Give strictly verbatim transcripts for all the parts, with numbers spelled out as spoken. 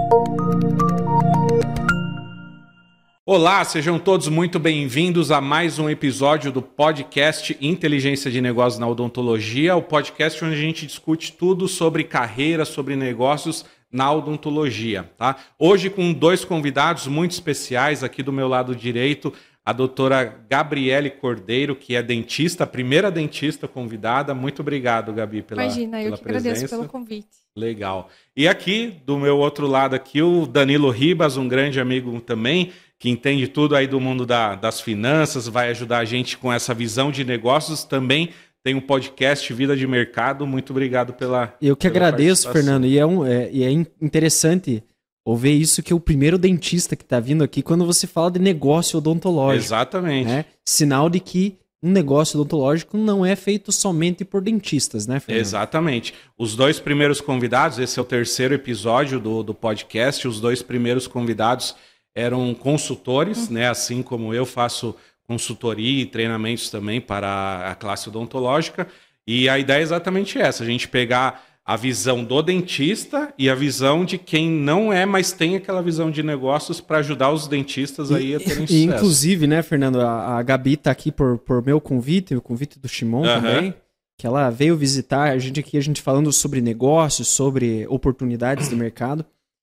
Olá, sejam todos muito bem-vindos a mais um episódio do podcast Inteligência de Negócios na Odontologia, o podcast onde a gente discute tudo sobre carreira, sobre negócios na odontologia, tá? Hoje com dois convidados muito especiais, aqui do meu lado direito, a doutora Gabriele Cordeiro, que é dentista, a primeira dentista convidada. Muito obrigado, Gabi, pela, Imagina, pela eu que presença. agradeço pelo convite. Legal. E aqui, do meu outro lado aqui, o Danilo Ribas, um grande amigo também, que entende tudo aí do mundo da, das finanças, vai ajudar a gente com essa visão de negócios. Também tem um podcast Vida de Mercado. Muito obrigado pela Eu que pela agradeço, Fernando. E é, um, é, e é interessante ouvir isso, que é o primeiro dentista que está vindo aqui quando você fala de negócio odontológico. Exatamente. Né? Sinal de que um negócio odontológico não é feito somente por dentistas, né, Fernando? Exatamente. Os dois primeiros convidados, esse é o terceiro episódio do, do podcast, os dois primeiros convidados eram consultores, uhum. né? Assim como eu faço consultoria e treinamentos também para a classe odontológica. E a ideia é exatamente essa, a gente pegar a visão do dentista e a visão de quem não é, mas tem aquela visão de negócios para ajudar os dentistas aí a terem e, sucesso. Inclusive, né, Fernando, a, a Gabi está aqui por, por meu convite, o convite do Shimon uhum. também, que ela veio visitar a gente aqui, a gente falando sobre negócios, sobre oportunidades de mercado.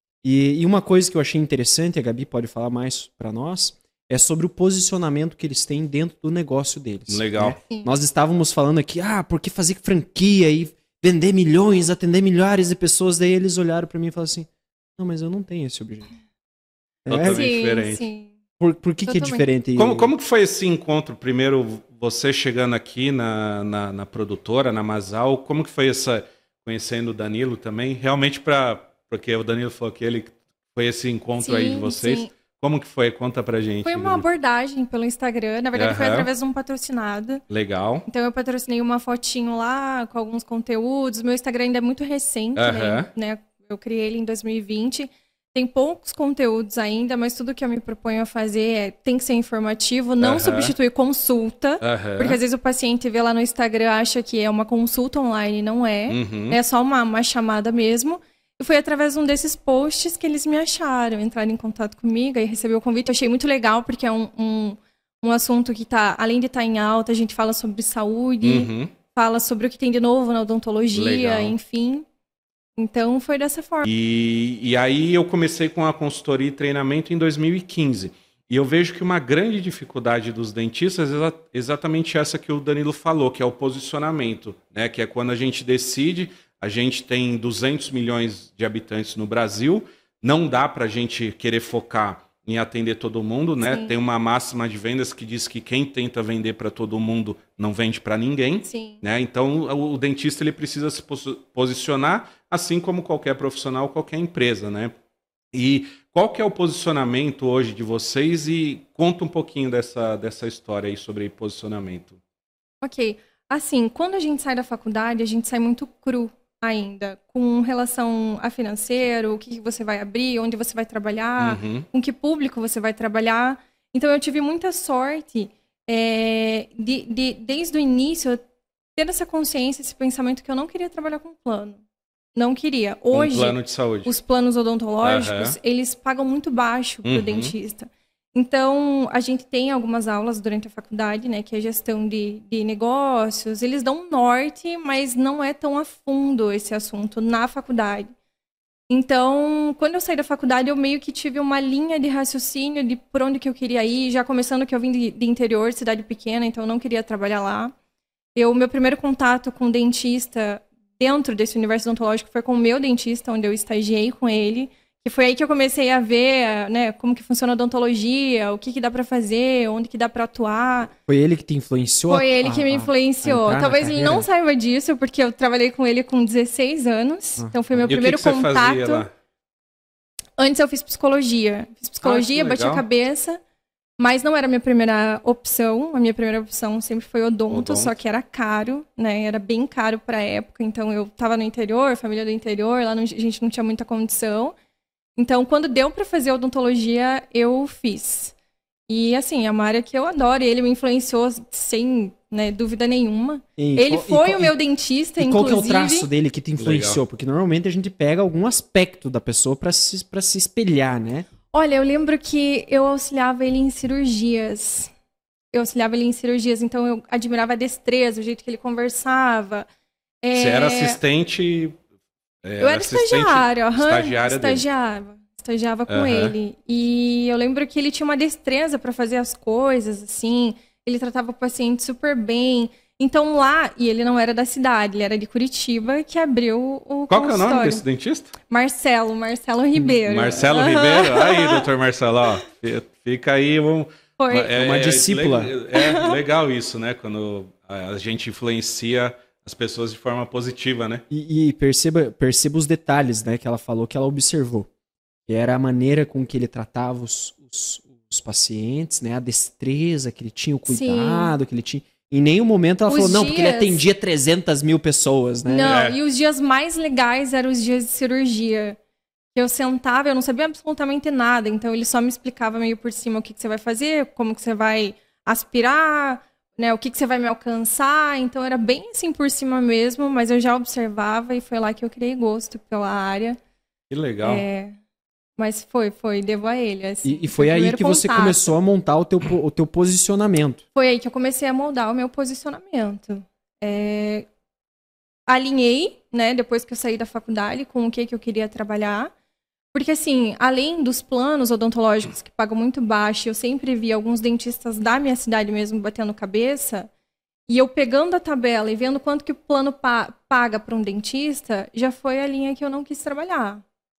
E, e uma coisa que eu achei interessante, a Gabi pode falar mais para nós, é sobre o posicionamento que eles têm dentro do negócio deles. Legal. Né? Nós estávamos falando aqui, ah, por que fazer franquia e vender milhões, atender milhares de pessoas? Daí eles olharam para mim e falaram assim, não, mas eu não tenho esse objetivo. Totalmente é, diferente. Sim. Por, por que, que é diferente? Como, como que foi esse encontro? Primeiro, você chegando aqui na, na, na produtora, na Masal, como que foi essa, conhecendo o Danilo também? Realmente para... Porque o Danilo falou que ele foi esse encontro sim, aí de vocês. Sim. Como que foi? Conta pra gente. Foi uma Gabi. abordagem pelo Instagram. Na verdade, uhum. foi através de um patrocinado. Legal. Então, eu patrocinei uma fotinho lá com alguns conteúdos. Meu Instagram ainda é muito recente, uhum. né? né? Eu criei ele em dois mil e vinte. Tem poucos conteúdos ainda, mas tudo que eu me proponho a fazer é, tem que ser informativo, não uhum. substituir consulta. Uhum. Porque às vezes o paciente vê lá no Instagram, acha que é uma consulta online, não é. Uhum. É só uma, uma chamada mesmo. E foi através de um desses posts que eles me acharam, entraram em contato comigo e recebi o convite. Eu achei muito legal, porque é um, um, um assunto que, tá, além de estar em alta, a gente fala sobre saúde, uhum. fala sobre o que tem de novo na odontologia, legal. Enfim. Então, foi dessa forma. E, e aí eu comecei com a consultoria e treinamento em dois mil e quinze. E eu vejo que uma grande dificuldade dos dentistas é exatamente essa que o Danilo falou, que é o posicionamento, né? Que é quando a gente decide... A gente tem duzentos milhões de habitantes no Brasil, não dá para a gente querer focar em atender todo mundo, né? Sim. Tem uma máxima de vendas que diz que quem tenta vender para todo mundo não vende para ninguém. Sim. Né? Então, o, o dentista ele precisa se pos- posicionar, assim como qualquer profissional, qualquer empresa, né? E qual que é o posicionamento hoje de vocês? E conta um pouquinho dessa, dessa história aí sobre posicionamento. Ok. Assim, quando a gente sai da faculdade, a gente sai muito cru ainda, com relação a financeiro, o que você vai abrir, onde você vai trabalhar, uhum. com que público você vai trabalhar. Então, eu tive muita sorte, é, de, de, desde o início, ter essa consciência, esse pensamento que eu não queria trabalhar com plano. Não queria. Hoje, um plano de saúde. Os planos odontológicos, uhum. eles pagam muito baixo para o uhum. dentista. Então, a gente tem algumas aulas durante a faculdade, né, que é gestão de, de negócios. Eles dão um norte, mas não é tão a fundo esse assunto na faculdade. Então, quando eu saí da faculdade, eu meio que tive uma linha de raciocínio de por onde que eu queria ir. Já começando que eu vim de, de interior, cidade pequena, então eu não queria trabalhar lá. Eu, meu primeiro contato com dentista dentro desse universo odontológico foi com o meu dentista, onde eu estagiei com ele. E foi aí que eu comecei a ver, né, como que funciona a odontologia, o que, que dá pra fazer, onde que dá pra atuar. Foi ele que te influenciou? Foi ele que me influenciou. Talvez ele não saiba disso, porque eu trabalhei com ele com dezesseis anos. Ah. Então foi meu e primeiro o que que contato. Você fazia lá? Antes eu fiz psicologia. Fiz psicologia, ah, bati a cabeça, mas não era a minha primeira opção. A minha primeira opção sempre foi odonto, odonto. Só que era caro, né? Era bem caro pra época. Então eu tava no interior, família do interior, lá não, a gente não tinha muita condição. Então, quando deu para fazer odontologia, eu fiz. E, assim, é uma área que eu adoro. E ele me influenciou sem né? Dúvida nenhuma. E, ele e, foi e, o meu dentista, e inclusive. Qual que é o traço dele que te influenciou? Legal. Porque normalmente a gente pega algum aspecto da pessoa para se, pra se espelhar, né? Olha, eu lembro que eu auxiliava ele em cirurgias. Eu auxiliava ele em cirurgias, então eu admirava a destreza, o jeito que ele conversava. É... Você era assistente... Era eu era estagiária, uhum, estagiária estagiava, dele. estagiava com uhum. ele. E eu lembro que ele tinha uma destreza para fazer as coisas, assim. Ele tratava o paciente super bem. Então lá, e ele não era da cidade, ele era de Curitiba, que abriu o Qual que é o nome desse dentista? Marcelo, Marcelo Ribeiro. Marcelo uhum. Ribeiro? Aí, doutor Marcelo, ó, fica aí um, Foi. É, uma discípula. É, é legal isso, né? Quando a gente influencia as pessoas de forma positiva, né? E, e perceba, perceba os detalhes, né, que ela falou, que ela observou. Que era a maneira com que ele tratava os, os, os pacientes, né? A destreza que ele tinha, o cuidado Sim. que ele tinha. Em nenhum momento ela os falou, dias... não, porque ele atendia trezentas mil pessoas, né? Não, é. e os dias mais legais eram os dias de cirurgia. Eu sentava, eu não sabia absolutamente nada, então ele só me explicava meio por cima o que, que você vai fazer, como que você vai aspirar, né, o que, que você vai me alcançar. Então era bem assim por cima mesmo, mas eu já observava e foi lá que eu criei gosto pela área. Que legal. É... Mas foi, foi, devo a ele. Assim, e, e foi aí que contato. Você começou a montar o teu, o teu posicionamento. Foi aí que eu comecei a moldar o meu posicionamento. É... Alinhei, né, depois que eu saí da faculdade, com o que, que eu queria trabalhar. Porque, assim, além dos planos odontológicos que pagam muito baixo, eu sempre vi alguns dentistas da minha cidade mesmo batendo cabeça, e eu pegando a tabela e vendo quanto que o plano pa- paga para um dentista, já foi a linha que eu não quis trabalhar.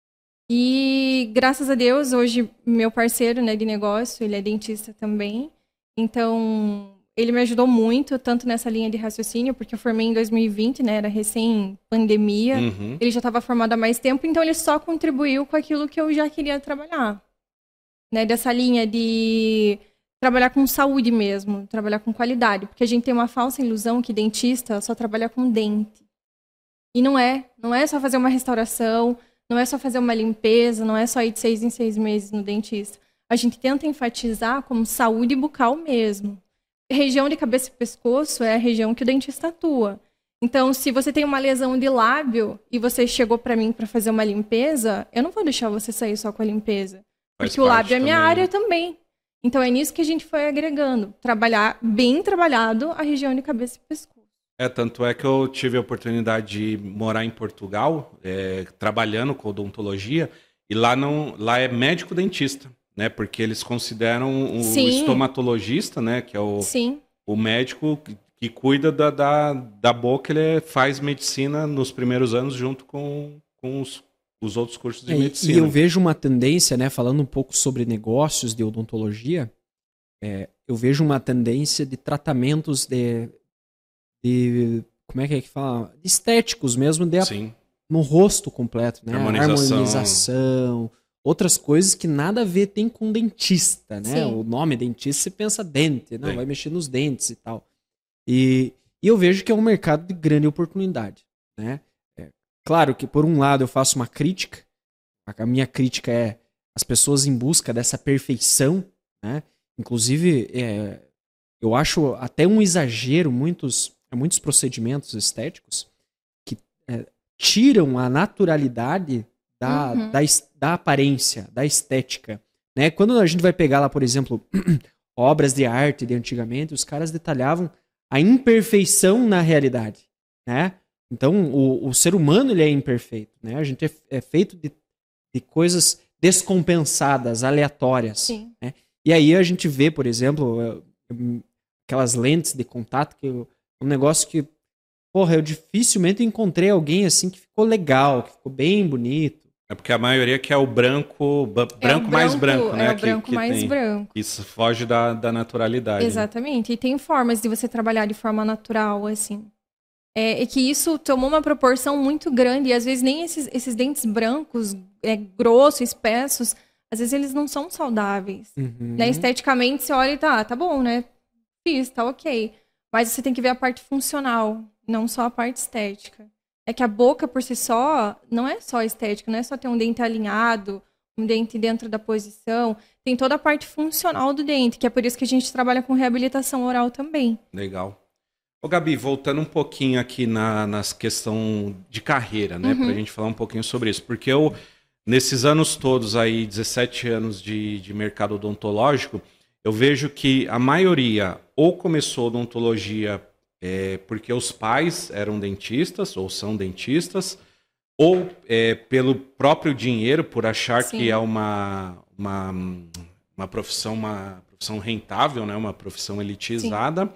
E, graças a Deus, hoje, meu parceiro, né, de negócio, ele é dentista também. Então, ele me ajudou muito, tanto nessa linha de raciocínio, porque eu formei em dois mil e vinte, né, era recém-pandemia. Uhum. Ele já estava formado há mais tempo, então ele só contribuiu com aquilo que eu já queria trabalhar. Né, dessa linha de trabalhar com saúde mesmo, trabalhar com qualidade. Porque a gente tem uma falsa ilusão que dentista só trabalha com dente. E não é. Não é só fazer uma restauração, não é só fazer uma limpeza, não é só ir de seis em seis meses no dentista. A gente tenta enfatizar como saúde bucal mesmo. Região de cabeça e pescoço é a região que o dentista atua. Então, se você tem uma lesão de lábio e você chegou para mim para fazer uma limpeza, eu não vou deixar você sair só com a limpeza. Faz porque o lábio é minha também. área também. Então, é nisso que a gente foi agregando. Trabalhar bem trabalhado a região de cabeça e pescoço. É, tanto é que eu tive a oportunidade de morar em Portugal, é, trabalhando com odontologia, e lá, não, lá é médico-dentista. Né, porque eles consideram o Sim. estomatologista, né, que é o, Sim. o médico que, que cuida da, da, da boca, ele faz medicina nos primeiros anos junto com, com os, os outros cursos de é, medicina. E eu vejo uma tendência, né, falando um pouco sobre negócios de odontologia, é, eu vejo uma tendência de tratamentos de, de como é que é que fala? De estéticos mesmo, de, Sim. no rosto completo, né? Harmonização. Harmonização. Outras coisas que nada a ver tem com dentista, né? Sim. O nome dentista, você pensa dente, não, Sim. vai mexer nos dentes e tal. E, e eu vejo que é um mercado de grande oportunidade, né? É, claro que, por um lado, eu faço uma crítica. A minha crítica é as pessoas em busca dessa perfeição, né? Inclusive, é, eu acho até um exagero muitos, muitos procedimentos estéticos que é, tiram a naturalidade Da, Uhum. da, da aparência, da estética. Né? Quando a gente vai pegar lá, por exemplo, obras de arte de antigamente, os caras detalhavam a imperfeição na realidade. Né? Então, o, o ser humano ele é imperfeito. Né? A gente é, é feito de, de coisas descompensadas, aleatórias. Sim. Né? E aí a gente vê, por exemplo, aquelas lentes de contato, que é um negócio que, porra, eu dificilmente encontrei alguém assim que ficou legal, que ficou bem bonito. É porque a maioria quer o branco, branco, É o branco mais branco, né? É o que, branco que mais tem. branco. Isso foge da, da naturalidade. Exatamente. E tem formas de você trabalhar de forma natural, assim. É, é que isso tomou uma proporção muito grande. E às vezes nem esses, esses dentes brancos, é, grossos, espessos, às vezes eles não são saudáveis. Uhum. Né? Esteticamente, você olha e tá, tá bom, né? Fiz, tá ok. Mas você tem que ver a parte funcional, não só a parte estética. É que a boca, por si só, não é só estética, não é só ter um dente alinhado, um dente dentro da posição. Tem toda a parte funcional do dente, que é por isso que a gente trabalha com reabilitação oral também. Legal. Ô, Gabi, voltando um pouquinho aqui na nas questão de carreira, né? Uhum. Para a gente falar um pouquinho sobre isso. Porque eu, nesses anos todos aí, dezessete anos de, de mercado odontológico, eu vejo que a maioria ou começou odontologia é, porque os pais eram dentistas ou são dentistas, ou é, pelo próprio dinheiro, por achar Sim. que é uma, uma, uma, profissão, uma profissão rentável, né? Uma profissão elitizada. Sim.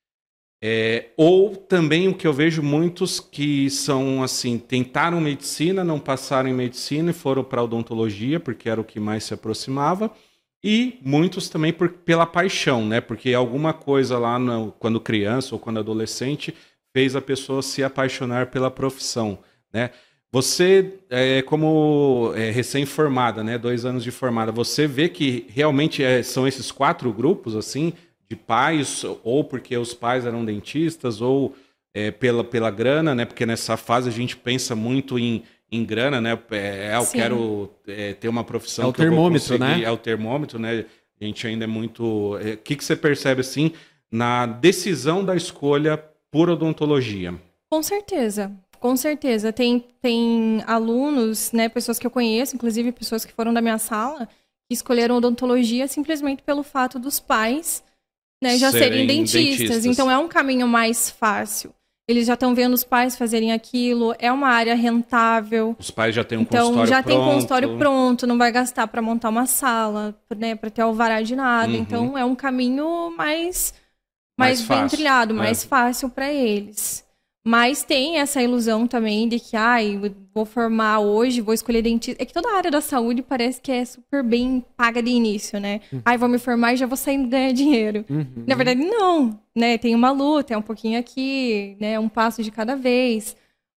É, ou também o que eu vejo muitos que são assim, tentaram medicina, não passaram em medicina e foram para odontologia, porque era o que mais se aproximava, e muitos também por, pela paixão, né? Porque alguma coisa lá no, quando criança ou quando adolescente fez a pessoa se apaixonar pela profissão, né? Você, é, como é, recém-formada, né? Dois anos de formada, você vê que realmente é, são esses quatro grupos, assim, de pais, ou porque os pais eram dentistas, ou é, pela, pela grana, né? Porque nessa fase a gente pensa muito em, em grana, né? É, eu Sim. quero é, ter uma profissão é o que termômetro, eu vou conseguir. Né? É o termômetro, né? A gente ainda é muito... O é, que, que você percebe, assim, na decisão da escolha por odontologia? Com certeza. Com certeza. Tem, tem alunos, né? Pessoas que eu conheço, inclusive pessoas que foram da minha sala, que escolheram odontologia simplesmente pelo fato dos pais... Né, já serem, serem dentistas. dentistas, então é um caminho mais fácil. Eles já estão vendo os pais fazerem aquilo, é uma área rentável. Os pais já têm um então, consultório já pronto. Então já tem consultório pronto, não vai gastar para montar uma sala, né, para ter alvará de nada. Uhum. Então é um caminho mais, mais, mais bem trilhado, mais é. fácil para eles. Mas tem essa ilusão também de que, ai, ah, vou formar hoje, vou escolher dentista. É que toda a área da saúde parece que é super bem paga de início, né? Uhum. Ai, vou me formar e já vou sair ganhar dinheiro. Uhum. Na verdade, não, né? Tem uma luta, é um pouquinho aqui, né? Um passo de cada vez.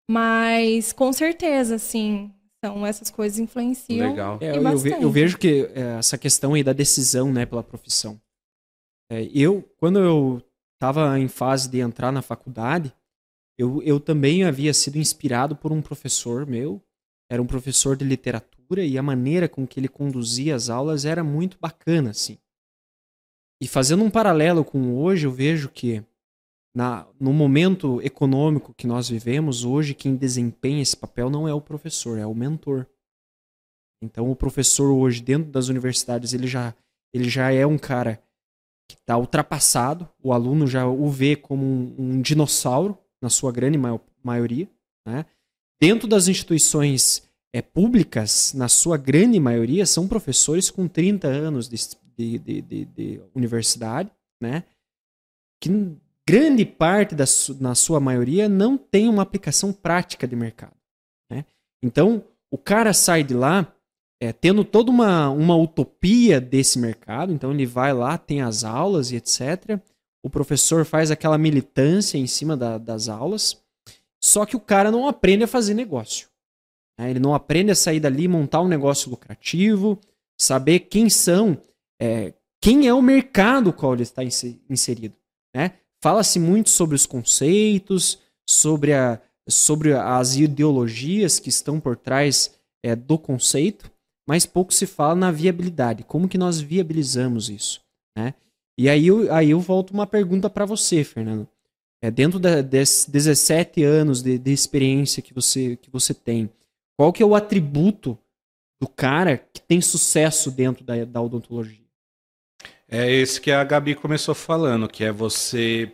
Mas, com certeza, sim, são essas coisas influenciam. Legal. É, eu, eu vejo que é, essa questão aí da decisão, né, pela profissão. É, eu, quando eu estava em fase de entrar na faculdade, Eu, eu também havia sido inspirado por um professor meu, era um professor de literatura, e a maneira com que ele conduzia as aulas era muito bacana, assim. E fazendo um paralelo com hoje, eu vejo que na, no momento econômico que nós vivemos, hoje quem desempenha esse papel não é o professor, é o mentor. Então o professor hoje, dentro das universidades, ele já, ele já é um cara que está ultrapassado, o aluno já o vê como um, um dinossauro, na sua grande maioria, né? Dentro das instituições é, públicas, na sua grande maioria, são professores com trinta anos de, de, de, de, de universidade, né? Que grande parte, da, na sua maioria, não tem uma aplicação prática de mercado, né? Então, o cara sai de lá é, tendo toda uma, uma utopia desse mercado, então ele vai lá, tem as aulas e etcétera. O professor faz aquela militância em cima da, das aulas, só que o cara não aprende a fazer negócio. Né? Ele não aprende a sair dali, montar um negócio lucrativo, saber quem são, é, quem é o mercado qual ele está inserido. Né? Fala-se muito sobre os conceitos, sobre, a, sobre as ideologias que estão por trás é, do conceito, mas pouco se fala na viabilidade. Como que nós viabilizamos isso? Né? E aí eu, aí eu volto uma pergunta para você, Fernando. É, dentro da, desses dezessete anos de, de experiência que você, que você tem, qual que é o atributo do cara que tem sucesso dentro da, da odontologia? É esse que a Gabi começou falando, que é você...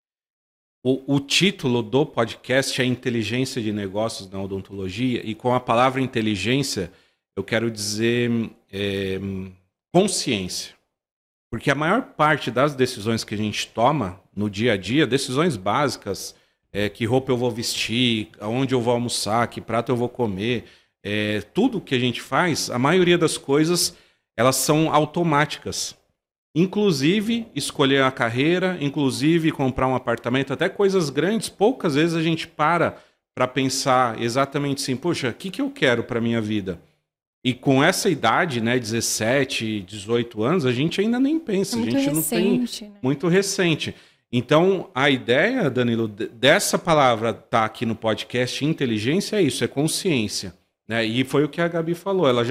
O, o título do podcast é Inteligência de Negócios na Odontologia, e com a palavra inteligência eu quero dizer é, consciência. Porque a maior parte das decisões que a gente toma no dia a dia, decisões básicas, é, que roupa eu vou vestir, aonde eu vou almoçar, que prato eu vou comer, é, tudo que a gente faz, a maioria das coisas, elas são automáticas. Inclusive escolher a carreira, inclusive comprar um apartamento, até coisas grandes, poucas vezes a gente para para pensar exatamente assim, poxa, o que, que eu quero para a minha vida? E com essa idade, né, dezessete, dezoito anos, a gente ainda nem pensa. É muito a gente recente, não tem né? Muito recente. Então, a ideia, Danilo, dessa palavra tá aqui no podcast inteligência é isso, é consciência. Né? E foi o que a Gabi falou. Ela já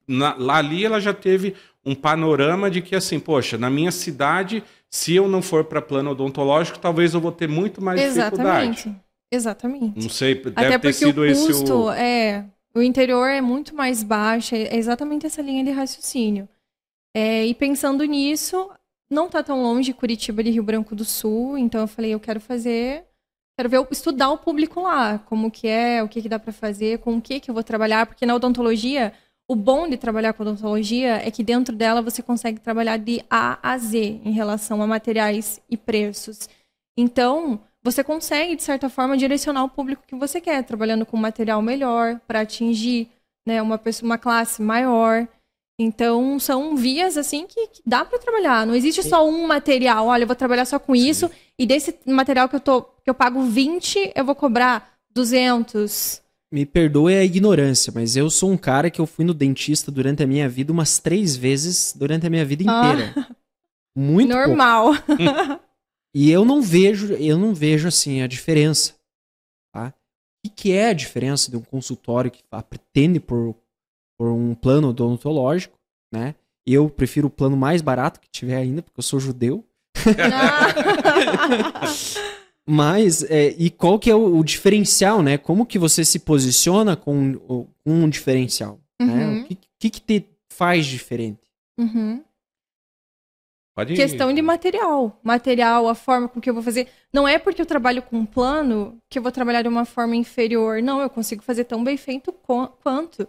na, lá ali ela já teve um panorama de que, assim, poxa, na minha cidade, se eu não for para plano odontológico, talvez eu vou ter muito mais Exatamente. dificuldade. Exatamente. Não sei, deve Até ter sido o custo, esse o... É, o interior é muito mais baixo, é exatamente essa linha de raciocínio. É, e pensando nisso, não tá tão longe de Curitiba de Rio Branco do Sul, então eu falei, eu quero fazer... Quero ver, estudar o público lá, como que é, o que, que dá para fazer, com o que, que eu vou trabalhar, porque na odontologia, o bom de trabalhar com odontologia é que dentro dela você consegue trabalhar de A a Z em relação a materiais e preços. Então, você consegue, de certa forma, direcionar o público que você quer, trabalhando com material melhor para atingir, né, uma, pessoa, uma classe maior. Então, são vias, assim, que, que dá para trabalhar. Não existe só um material. Olha, eu vou trabalhar só com isso. Sim. E desse material que eu, tô, que eu pago vinte, eu vou cobrar duzentos. Me perdoe a ignorância, mas eu sou um cara que eu fui no dentista durante a minha vida umas três vezes durante a minha vida inteira. Ah, muito normal. E eu não vejo, eu não vejo, assim, a diferença. Tá? O que é a diferença de um consultório que pretende por... por um plano odontológico, né? Eu prefiro o plano mais barato que tiver ainda, porque eu sou judeu. Mas, é, e qual que é o, o diferencial, né? Como que você se posiciona com, com um diferencial? Uhum. Né? O que, que, que te faz diferente? Uhum. Pode ir. Questão de material. Material, a forma com que eu vou fazer. Não é porque eu trabalho com um plano que eu vou trabalhar de uma forma inferior. Não, eu consigo fazer tão bem feito quanto.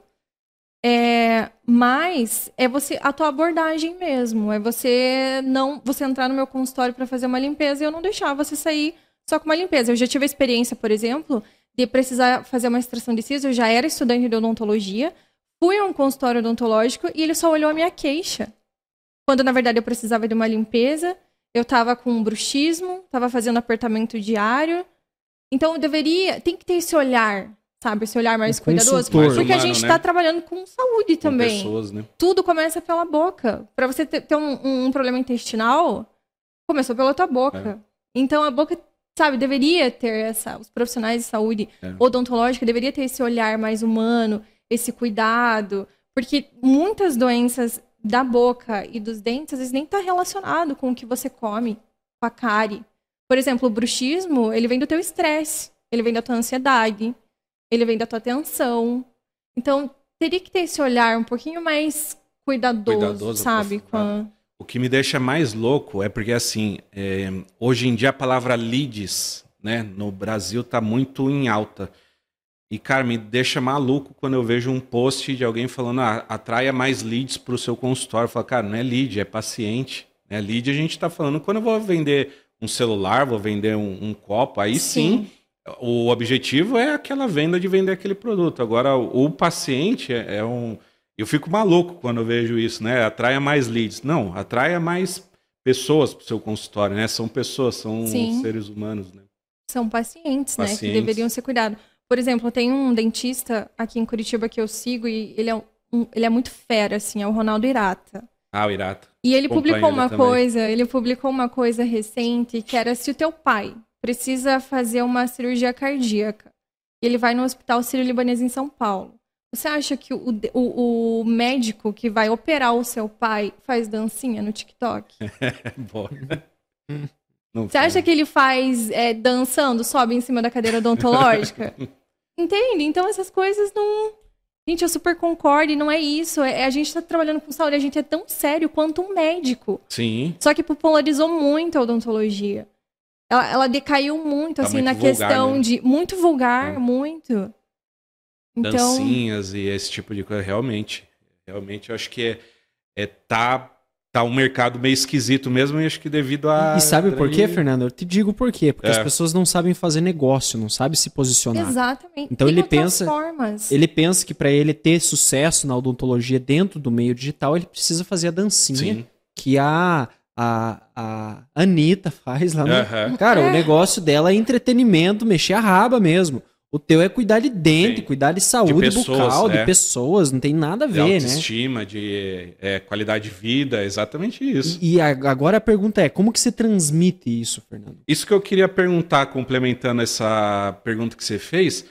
É, mas é você a tua abordagem mesmo, é você não você entrar no meu consultório para fazer uma limpeza e eu não deixar você sair só com uma limpeza. Eu já tive a experiência, por exemplo, de precisar fazer uma extração de siso. Eu já era estudante de odontologia, fui a um consultório odontológico e ele só olhou a minha queixa, quando na verdade eu precisava de uma limpeza. Eu estava com bruxismo, estava fazendo apertamento diário, então eu deveria tem que ter esse olhar. Sabe, esse olhar mais cuidadoso. Mais porque humano, a gente está, né, trabalhando com saúde com também. Pessoas, né? Tudo começa pela boca. Para você ter, ter um, um problema intestinal, começou pela tua boca. É. Então a boca, sabe, deveria ter essa... Os profissionais de saúde é. odontológica deveria ter esse olhar mais humano, esse cuidado. Porque muitas doenças da boca e dos dentes, às vezes nem está relacionado com o que você come, com a cárie. Por exemplo, o bruxismo, ele vem do teu estresse. Ele vem da tua ansiedade. Ele vem da tua atenção. Então, teria que ter esse olhar um pouquinho mais cuidadoso, cuidadoso sabe? Com a... O que me deixa mais louco é porque, assim, é, hoje em dia a palavra leads, né, no Brasil tá muito em alta. E, cara, me deixa maluco quando eu vejo um post de alguém falando, ah, atraia mais leads pro seu consultório. Eu falo, cara, não é lead, é paciente. Né? Lead a gente tá falando quando eu vou vender um celular, vou vender um, um copo, aí sim... sim. O objetivo é aquela venda de vender aquele produto. Agora, o, o paciente é, é um... Eu fico maluco quando eu vejo isso, né? Atraia mais leads. Não, atraia mais pessoas para o seu consultório, né? São pessoas, são Sim. seres humanos, né? São pacientes, pacientes, né? Que deveriam ser cuidados. Por exemplo, tem um dentista aqui em Curitiba que eu sigo e ele é, um, ele é muito fera, assim, é o Ronaldo Irata. Ah, o Irata. E ele publicou uma coisa, ele publicou uma coisa recente que era se o teu pai precisa fazer uma cirurgia cardíaca. Ele vai no Hospital Sírio-Libanês em São Paulo. Você acha que o, o, o médico que vai operar o seu pai faz dancinha no TikTok? Boa. Não Você acha que ele faz é, dançando, sobe em cima da cadeira odontológica? Entende? Então essas coisas não... Gente, eu super concordo e não é isso. É, a gente tá trabalhando com saúde, a gente é tão sério quanto um médico. Sim. Só que popularizou muito a odontologia. Ela, ela decaiu muito, tá assim, muito na vulgar, questão né? de... Muito vulgar, é. muito. Então... Dancinhas e esse tipo de coisa. Realmente. Realmente, eu acho que é, é tá, tá um mercado meio esquisito mesmo, e acho que devido a... E sabe por quê, Fernando? Eu te digo por quê. Porque é. as pessoas não sabem fazer negócio, não sabem se posicionar. Exatamente. Então ele pensa, formas. ele pensa que para ele ter sucesso na odontologia dentro do meio digital, ele precisa fazer a dancinha Sim. que a... A, a Anitta faz lá no... Uhum. Cara, é. o negócio dela é entretenimento, mexer a raba mesmo. O teu é cuidar de dente, Sim. cuidar de saúde de pessoas, bucal, é. de pessoas, não tem nada a ver, de né? Autoestima, de é, qualidade de vida, exatamente isso. E, e agora a pergunta é, como que você transmite isso, Fernando? Isso que eu queria perguntar, complementando essa pergunta que você fez,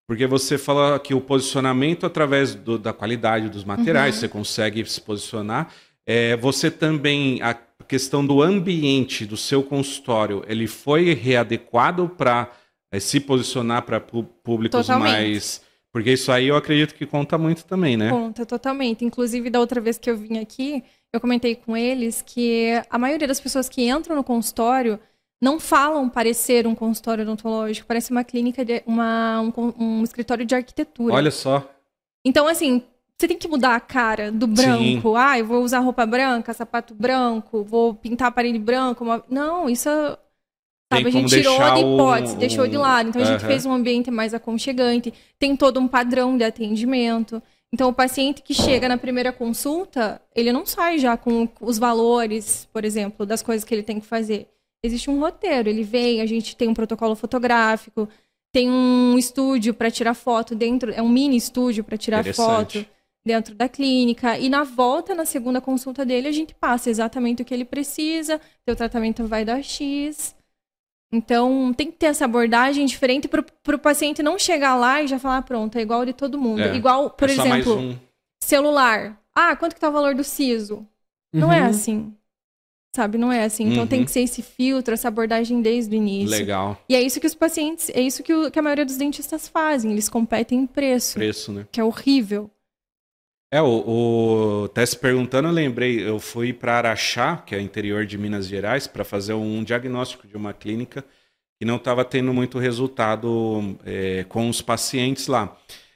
Porque você fala que o posicionamento através do, da qualidade dos materiais, Uhum. você consegue se posicionar. É, você também, a questão do ambiente do seu consultório, ele foi readequado para é, se posicionar para públicos Totalmente. mais... Porque isso aí eu acredito que conta muito também, né? Conta, totalmente. Inclusive, da outra vez que eu vim aqui, eu comentei com eles que a maioria das pessoas que entram no consultório não falam parecer um consultório odontológico, parece uma clínica, de, uma, um, um escritório de arquitetura. Olha só. Então, assim, você tem que mudar a cara do branco. Sim. Ah, eu vou usar roupa branca, sapato branco, vou pintar a parede branca. Uma... Não, isso, sabe, a gente tirou de hipótese, um, deixou de lado. Então, a gente uh-huh. fez um ambiente mais aconchegante. Tem todo um padrão de atendimento. Então, o paciente que chega na primeira consulta, ele não sai já com os valores, por exemplo, das coisas que ele tem que fazer. Existe um roteiro, ele vem, a gente tem um protocolo fotográfico, tem um estúdio para tirar foto dentro, é um mini estúdio para tirar foto dentro da clínica. E na volta, na segunda consulta dele, a gente passa exatamente o que ele precisa, seu tratamento vai dar X. Então, tem que ter essa abordagem diferente para o paciente não chegar lá e já falar, pronto, é igual de todo mundo. É, igual, por é exemplo, um... celular. Ah, quanto que tá o valor do siso? Uhum. Não é assim. Sabe, não é assim. Então, uhum. tem que ser esse filtro, essa abordagem desde o início. Legal. E é isso que os pacientes, é isso que, o, que a maioria dos dentistas fazem. Eles competem em preço. Preço, né? Que é horrível. É, o, o tá se perguntando, eu lembrei, eu fui para Araxá, que é interior de Minas Gerais, para fazer um diagnóstico de uma clínica que não estava tendo muito resultado é, com os pacientes lá.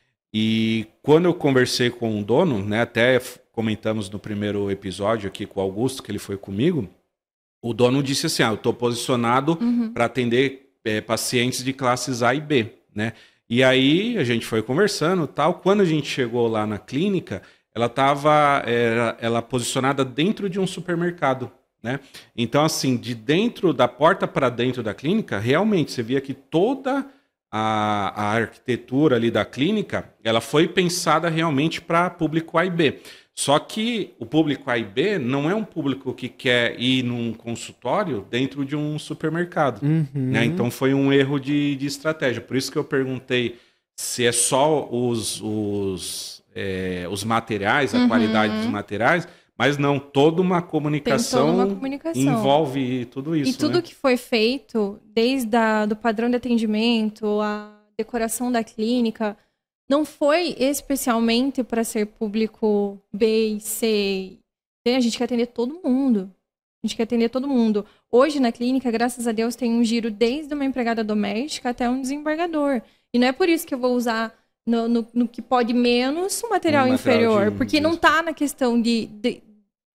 E quando eu conversei com o dono, né, até comentamos no primeiro episódio aqui com o Augusto, que ele foi comigo, o dono disse assim, ah, eu estou posicionado uhum. para atender é, pacientes de classes A e B, né? E aí a gente foi conversando e tal. Quando a gente chegou lá na clínica, ela estava ela, ela posicionada dentro de um supermercado, né? Então, assim, de dentro da porta para dentro da clínica, realmente você via que toda a, a arquitetura ali da clínica, ela foi pensada realmente para público A e B. Só que o público A e B não é um público que quer ir num consultório dentro de um supermercado. Uhum. Né? Então foi um erro de, de estratégia. Por isso que eu perguntei se é só os, os, é, os materiais, a uhum. qualidade dos materiais, mas não, toda uma comunicação, Tem toda uma comunicação. Envolve tudo isso. E tudo né? que foi feito, desde a, do padrão de atendimento, a decoração da clínica... Não foi especialmente para ser público B e C. A gente quer atender todo mundo. A gente quer atender todo mundo. Hoje, na clínica, graças a Deus, tem um giro desde uma empregada doméstica até um desembargador. E não é por isso que eu vou usar no, no, no que pode menos um material um inferior. Material de... Porque não está na questão de, de...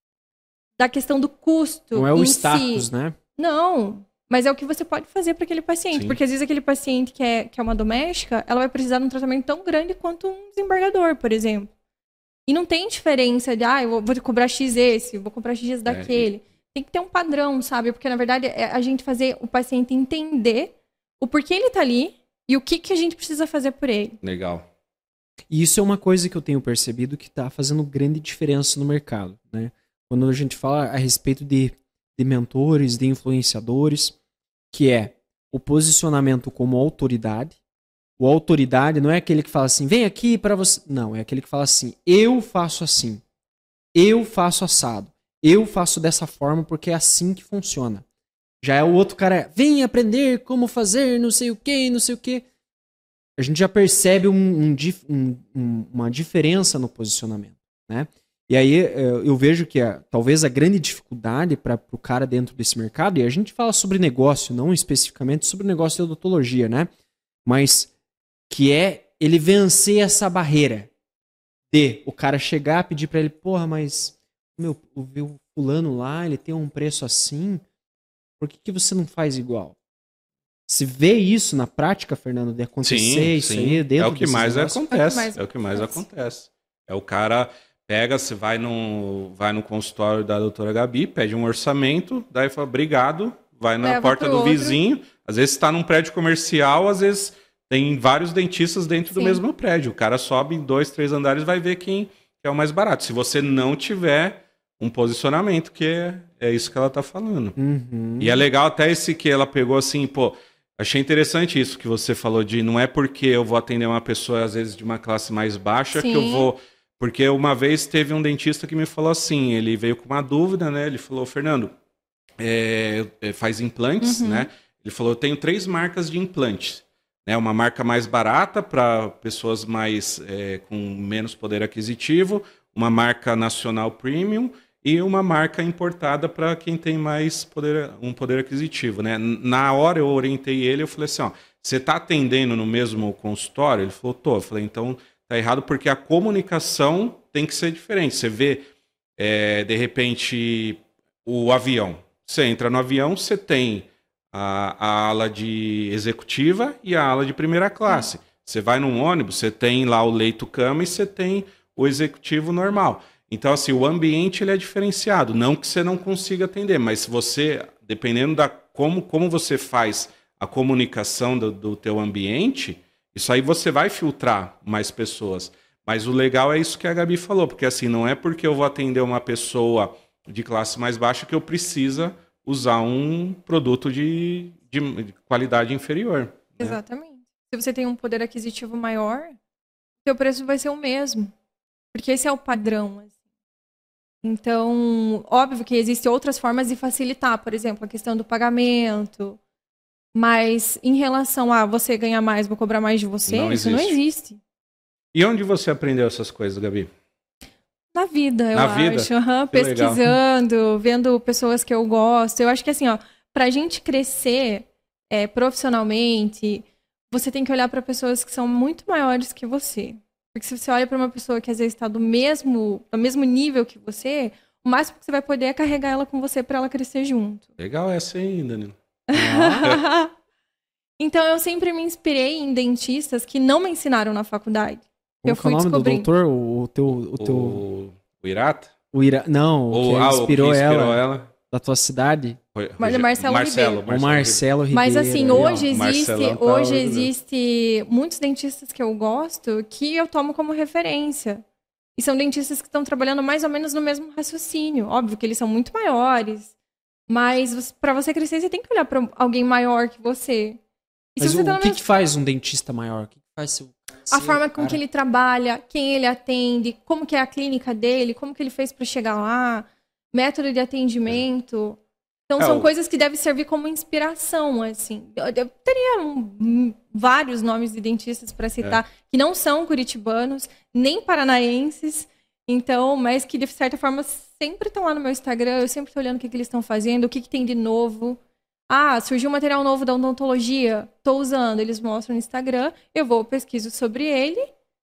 da questão do custo. Não é o status, si. né? Não. Mas é o que você pode fazer para aquele paciente. Sim. Porque às vezes aquele paciente que é, que é uma doméstica, ela vai precisar de um tratamento tão grande quanto um desembargador, por exemplo. E não tem diferença de, ah, eu vou, vou cobrar X esse, vou cobrar X daquele. É. Tem que ter um padrão, sabe? Porque, na verdade, é a gente fazer o paciente entender o porquê ele tá ali e o que, que a gente precisa fazer por ele. Legal. E isso é uma coisa que eu tenho percebido que tá fazendo grande diferença no mercado, né? Quando a gente fala a respeito de de mentores, de influenciadores, que é o posicionamento como autoridade. O autoridade não é aquele que fala assim, vem aqui para você... Não, é aquele que fala assim, eu faço assim, eu faço assado, eu faço dessa forma porque é assim que funciona. Já é o outro cara, vem aprender como fazer, não sei o que, não sei o que. A gente já percebe um, um, um, uma diferença no posicionamento, né? E aí eu vejo que a, talvez a grande dificuldade para o cara dentro desse mercado, e a gente fala sobre negócio, não especificamente sobre negócio de odontologia, né? Mas que é ele vencer essa barreira de o cara chegar e pedir para ele, porra, mas meu, o, o fulano lá, ele tem um preço assim, por que, que você não faz igual? Se vê isso na prática, Fernando, de acontecer sim, isso sim. aí dentro é o que mais negócios, acontece, é o que mais acontece. É o cara... Pega, você vai no, vai no consultório da doutora Gabi, pede um orçamento, daí fala, obrigado, vai na Leva porta do outro. vizinho. Às vezes está num prédio comercial, às vezes tem vários dentistas dentro Sim. do mesmo prédio. O cara sobe em dois, três andares e vai ver quem é o mais barato. Se você não tiver um posicionamento, que é, é isso que ela está falando. Uhum. E é legal até esse que ela pegou assim, pô, Achei interessante isso que você falou de não é porque eu vou atender uma pessoa, às vezes, de uma classe mais baixa, Sim. que eu vou... Porque uma vez teve um dentista que me falou assim, ele veio com uma dúvida, né? Ele falou, Fernando, é, faz implantes, uhum. né? Ele falou, eu tenho três marcas de implantes. Né? Uma marca mais barata para pessoas mais é, com menos poder aquisitivo, uma marca nacional premium e uma marca importada para quem tem mais poder, um poder aquisitivo, né? Na hora eu orientei ele, eu falei assim, ó, você está atendendo no mesmo consultório? Ele falou, tô. Eu falei, então tá errado porque a comunicação tem que ser diferente. Você vê, é, de repente, o avião. Você entra no avião, você tem a, a ala de executiva e a ala de primeira classe. Você vai num ônibus, você tem lá o leito-cama e você tem o executivo normal. Então, assim, o ambiente ele é diferenciado. Não que você não consiga atender, mas se você, dependendo da como, como você faz a comunicação do, do teu ambiente, isso aí você vai filtrar mais pessoas. Mas o legal é isso que a Gabi falou, porque assim, não é porque eu vou atender uma pessoa de classe mais baixa que eu precisa usar um produto de, de, de qualidade inferior. Exatamente. Né? Se você tem um poder aquisitivo maior, seu preço vai ser o mesmo. Porque esse é o padrão. Então, óbvio que existem outras formas de facilitar, por exemplo, a questão do pagamento. Mas em relação a você ganhar mais, vou cobrar mais de você, não isso existe. não existe. E onde você aprendeu essas coisas, Gabi? Na vida, eu Na acho. vida? Uhum, pesquisando, legal. Vendo pessoas que eu gosto. Eu acho que assim, ó, pra gente crescer é, profissionalmente, você tem que olhar para pessoas que são muito maiores que você. Porque se você olha para uma pessoa que às vezes está do mesmo, do mesmo nível que você, o máximo que você vai poder é carregar ela com você para ela crescer junto. Legal essa aí, Danilo. Ah. Então eu sempre me inspirei em dentistas que não me ensinaram na faculdade. Como eu fui é o nome descobrindo. do doutor? O teu, o teu... O, o Irata? O Ira... Não, o que ah, inspirou, o que inspirou ela, ela da tua cidade. Foi, Mas é Marcelo, Marcelo Ribeiro. O Marcelo Ribeiro. Mas assim, hoje existe, Marcelão, hoje tá, existe muitos dentistas que eu gosto que eu tomo como referência. E são dentistas que estão trabalhando mais ou menos no mesmo raciocínio. Óbvio que eles são muito maiores. Mas para você crescer, você tem que olhar para alguém maior que você. E Mas se você o, tá o que, mesmo... que faz um dentista maior? O que, que faz seu... A forma com que ele trabalha, quem ele atende, como que é a clínica dele, como que ele fez para chegar lá, método de atendimento. Então, é, são o... coisas que devem servir como inspiração, assim. Eu, eu teria um, vários nomes de dentistas para citar, é. que não são curitibanos, nem paranaenses, então, mas que, de certa forma, sempre estão lá no meu Instagram, eu sempre estou olhando o que, que eles estão fazendo, o que, que tem de novo. Ah, surgiu um material novo da odontologia, estou usando, eles mostram no Instagram, eu vou, pesquiso sobre ele,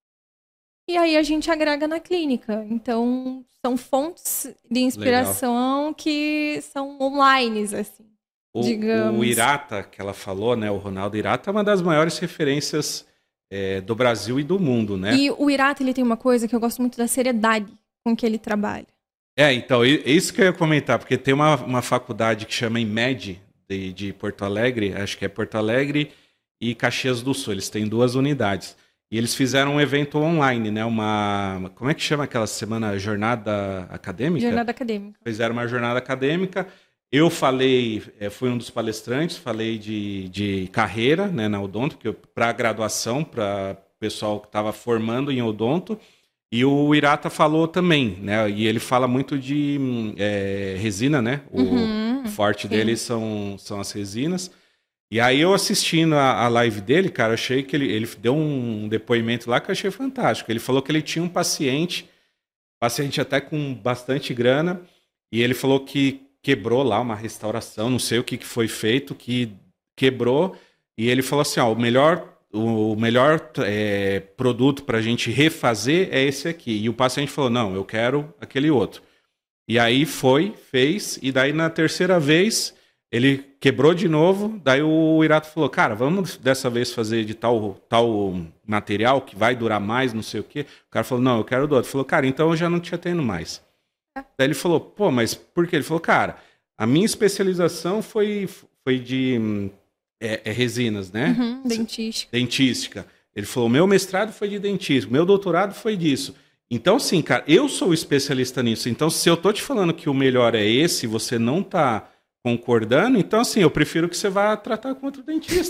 e aí a gente agrega na clínica. Então, são fontes de inspiração Legal. que são online, assim, o, digamos. O Irata, que ela falou, né, o Ronaldo Irata, é uma das maiores referências é, do Brasil e do mundo, né? E o Irata, ele tem uma coisa que eu gosto muito da seriedade com que ele trabalha. É, então, isso que eu ia comentar, porque tem uma, uma faculdade que chama IMED, de, de Porto Alegre, acho que é Porto Alegre e Caxias do Sul, eles têm duas unidades. E eles fizeram um evento online, né? Uma. Como é que chama aquela semana? Jornada acadêmica? Jornada acadêmica. Fizeram uma jornada acadêmica. Eu falei, fui um dos palestrantes, falei de, de carreira, né, na odonto, para graduação, para o pessoal que estava formando em odonto. E o Irata falou também, né? E ele fala muito de é, resina, né? O uhum, forte sim. dele são, são as resinas. E aí eu assistindo a, a live dele, cara, eu achei que ele, ele deu um depoimento lá que eu achei fantástico. Ele falou que ele tinha um paciente, paciente até com bastante grana, e ele falou que quebrou lá uma restauração, não sei o que, que foi feito, que quebrou, e ele falou assim, ó, o melhor... O melhor é, produto para a gente refazer é esse aqui. E o paciente falou, não, eu quero aquele outro. E aí foi, fez, e daí na terceira vez ele quebrou de novo, daí o Irata falou, cara, vamos dessa vez fazer de tal, tal material que vai durar mais, não sei o quê. O cara falou, não, eu quero do outro. Ele falou, cara, então eu já não te atendo mais. É. Daí ele falou, pô, mas por quê? Ele falou, cara, a minha especialização foi, foi de... É, é resinas, né? Uhum, dentística. Dentística. Ele falou, meu mestrado foi de dentística, meu doutorado foi disso. Então, sim, cara, eu sou especialista nisso. Então, se eu tô te falando que o melhor é esse e você não tá concordando, então, assim, eu prefiro que você vá tratar com outro dentista.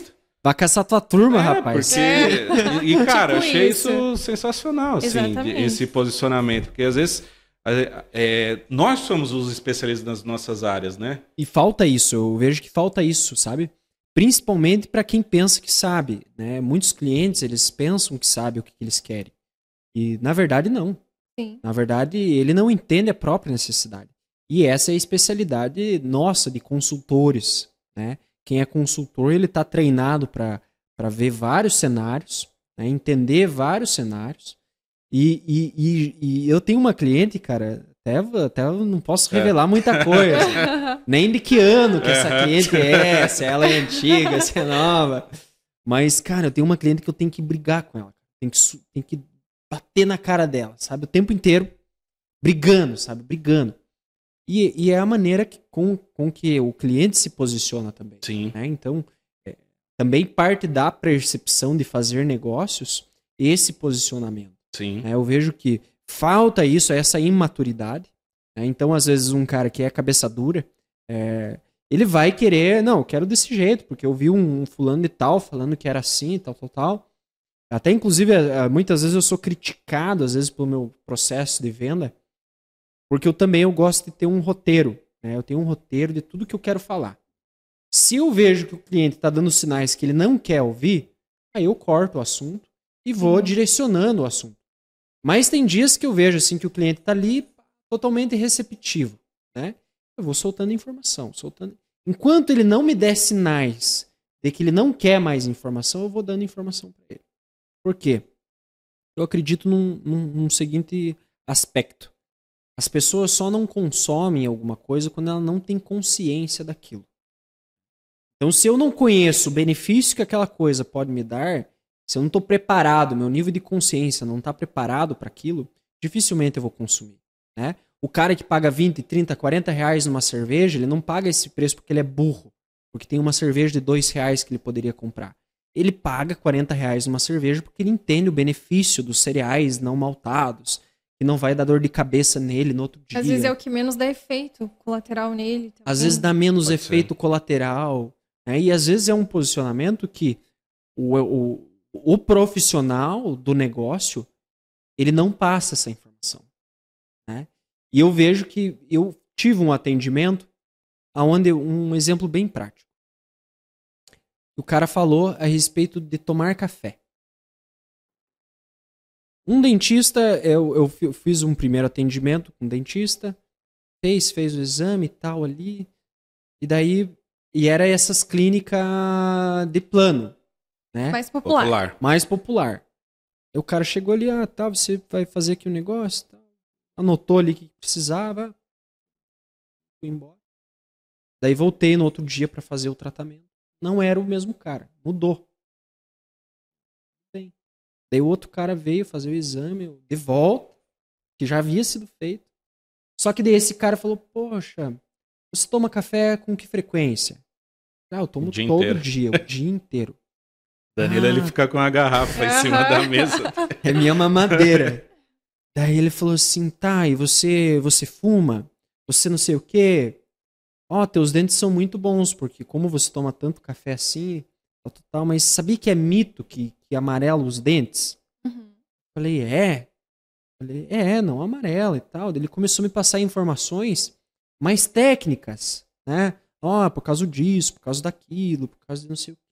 Vai caçar tua turma, é, rapaz. Porque... É. E, e, cara, tipo achei isso, isso sensacional, assim, esse posicionamento. Porque às vezes é, nós somos os especialistas nas nossas áreas, né? E falta isso, eu vejo que falta isso, sabe? Principalmente para quem pensa que sabe, né? Muitos clientes, eles pensam que sabem o que eles querem. E, na verdade, não. Sim. Na verdade, ele não entende a própria necessidade. E essa é a especialidade nossa de consultores, né? Quem é consultor, ele está treinado para ver vários cenários, né? Entender vários cenários. E, e, e, e eu tenho uma cliente, cara, até, até eu não posso revelar é. muita coisa. Nem de que ano que essa cliente é, se ela é antiga, se é nova. Mas, cara, eu tenho uma cliente que eu tenho que brigar com ela. Tem que, tem que bater na cara dela, sabe? O tempo inteiro brigando, sabe? Brigando. E, e é a maneira que, com, com que o cliente se posiciona também. Sim. Né? Então, é, também parte da percepção de fazer negócios esse posicionamento. Sim. Né? Eu vejo que falta isso, essa imaturidade. Né? Então, às vezes, um cara que é cabeça dura, é, ele vai querer, não, eu quero desse jeito, porque eu vi um, um fulano de tal falando que era assim, tal, tal, tal. Até, inclusive, muitas vezes eu sou criticado, às vezes, pelo meu processo de venda, porque eu também eu gosto de ter um roteiro. Né? Eu tenho um roteiro de tudo que eu quero falar. Se eu vejo que o cliente está dando sinais que ele não quer ouvir, aí eu corto o assunto e vou uhum. direcionando o assunto. Mas tem dias que eu vejo assim que o cliente está ali totalmente receptivo. Né? Eu vou soltando informação. soltando. Enquanto ele não me der sinais de que ele não quer mais informação, eu vou dando informação para ele. Por quê? Eu acredito num, num, num seguinte aspecto. As pessoas só não consomem alguma coisa quando ela não tem consciência daquilo. Então, se eu não conheço o benefício que aquela coisa pode me dar, se eu não estou preparado, meu nível de consciência não está preparado para aquilo, dificilmente eu vou consumir. Né? O cara que paga vinte, trinta, quarenta reais numa cerveja, ele não paga esse preço porque ele é burro. Porque tem uma cerveja de dois reais que ele poderia comprar. Ele paga quarenta reais numa cerveja porque ele entende o benefício dos cereais não maltados, que não vai dar dor de cabeça nele no outro dia. Às vezes é o que menos dá efeito colateral nele. Também. Às vezes dá menos Pode efeito ser. colateral. Né? E às vezes é um posicionamento que o, o, o profissional do negócio, ele não passa essa informação. Né? E eu vejo que eu tive um atendimento onde um exemplo bem prático. O cara falou a respeito de tomar café. Um dentista, eu, eu fiz um primeiro atendimento com um dentista, fez, fez o exame e tal ali, e daí, e era essas clínicas de plano, né? Mais popular. popular. Mais popular. Aí o cara chegou ali, ah, tá, você vai fazer aqui um negócio, tá. Anotou ali o que precisava, fui embora. Daí voltei no outro dia para fazer o tratamento. Não era o mesmo cara, mudou. Bem. Daí o outro cara veio fazer o exame de volta, que já havia sido feito. Só que daí esse cara falou, poxa, você toma café com que frequência? Ah, eu tomo todo inteiro. dia, o dia inteiro. Danilo, ah, ele fica com a garrafa em cima da mesa. É minha mamadeira. Daí ele falou assim, tá, e você, você fuma? Você não sei o quê? Ó, oh, teus dentes são muito bons, porque como você toma tanto café assim, tal, mas sabia que é mito que, que amarela os dentes? Uhum. Falei, é? Falei, é, não amarela e tal. Ele começou a me passar informações mais técnicas, né? Ó, oh, por causa disso, por causa daquilo, por causa de não sei o quê.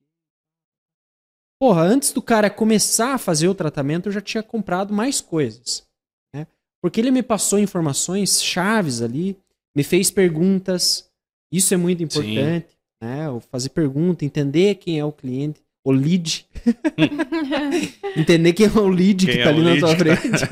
Porra, antes do cara começar a fazer o tratamento, eu já tinha comprado mais coisas, né? Porque ele me passou informações chaves ali, me fez perguntas. Isso é muito importante, Sim. né? Fazer pergunta, entender quem é o cliente, o lead. Entender quem é o lead quem que tá é ali na tua frente.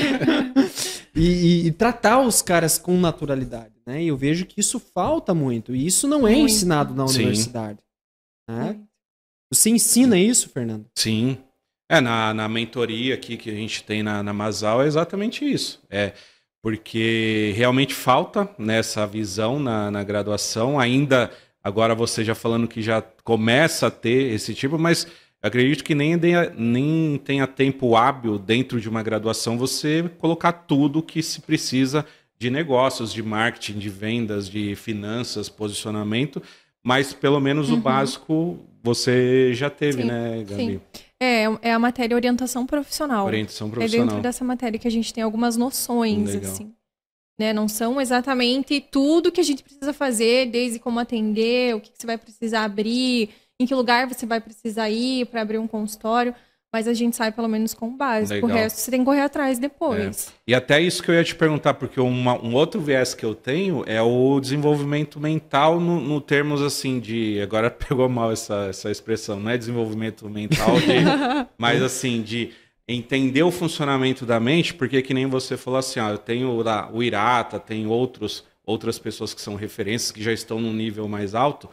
e, e, e tratar os caras com naturalidade, né? E eu vejo que isso falta muito. E isso não é muito. ensinado na Sim. universidade. Né? Você ensina isso, Fernando? Sim. É, na, na mentoria aqui que a gente tem na, na Masal é exatamente isso. É... Porque realmente falta nessa visão na, na graduação. Ainda, agora você já falando que já começa a ter esse tipo, mas acredito que nem, nem tenha tempo hábil dentro de uma graduação você colocar tudo que se precisa de negócios, de marketing, de vendas, de finanças, posicionamento. mas pelo menos uhum. o básico você já teve, sim, né, Gabi? Sim. É, é a matéria orientação profissional. Orientação profissional. É dentro dessa matéria que a gente tem algumas noções, Legal. assim. Né? Não são exatamente tudo que a gente precisa fazer, desde como atender, o que, que você vai precisar abrir, em que lugar você vai precisar ir para abrir um consultório, mas a gente sai pelo menos com o básico. Legal. O resto você tem que correr atrás depois. É. E até isso que eu ia te perguntar, porque uma, um outro viés que eu tenho é o desenvolvimento mental no, no termos assim de... Agora pegou mal essa, essa expressão, não é desenvolvimento mental, de, mas assim, de... entender o funcionamento da mente, porque que nem você falou assim, ó, eu tenho lá, o Irata, tem outros, outras pessoas que são referências, que já estão num nível mais alto,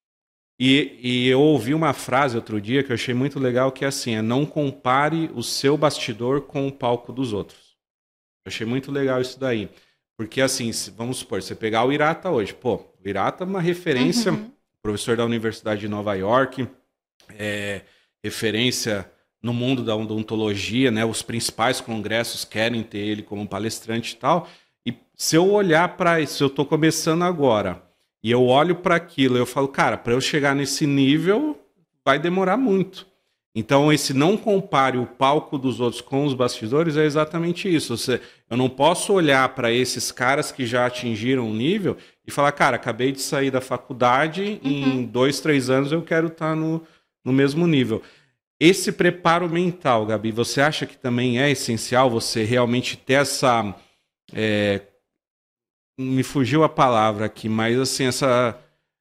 e, e eu ouvi uma frase outro dia que eu achei muito legal, que é assim, é não compare o seu bastidor com o palco dos outros. Eu achei muito legal isso daí, porque assim, vamos supor, você pegar o Irata hoje, pô, o Irata é uma referência, uhum. professor da Universidade de Nova York, é, referência... no mundo da odontologia, né, os principais congressos querem ter ele como palestrante e tal, e se eu olhar para isso, se eu estou começando agora, e eu olho para aquilo, eu falo, cara, para eu chegar nesse nível, vai demorar muito. Então, esse não compare o palco dos outros com os bastidores é exatamente isso. Você, eu não posso olhar para esses caras que já atingiram um nível e falar, cara, acabei de sair da faculdade, uhum. em dois, três anos eu quero estar no, no mesmo nível. Esse preparo mental, Gabi, você acha que também é essencial você realmente ter essa... É, me fugiu a palavra aqui, mas assim, essa...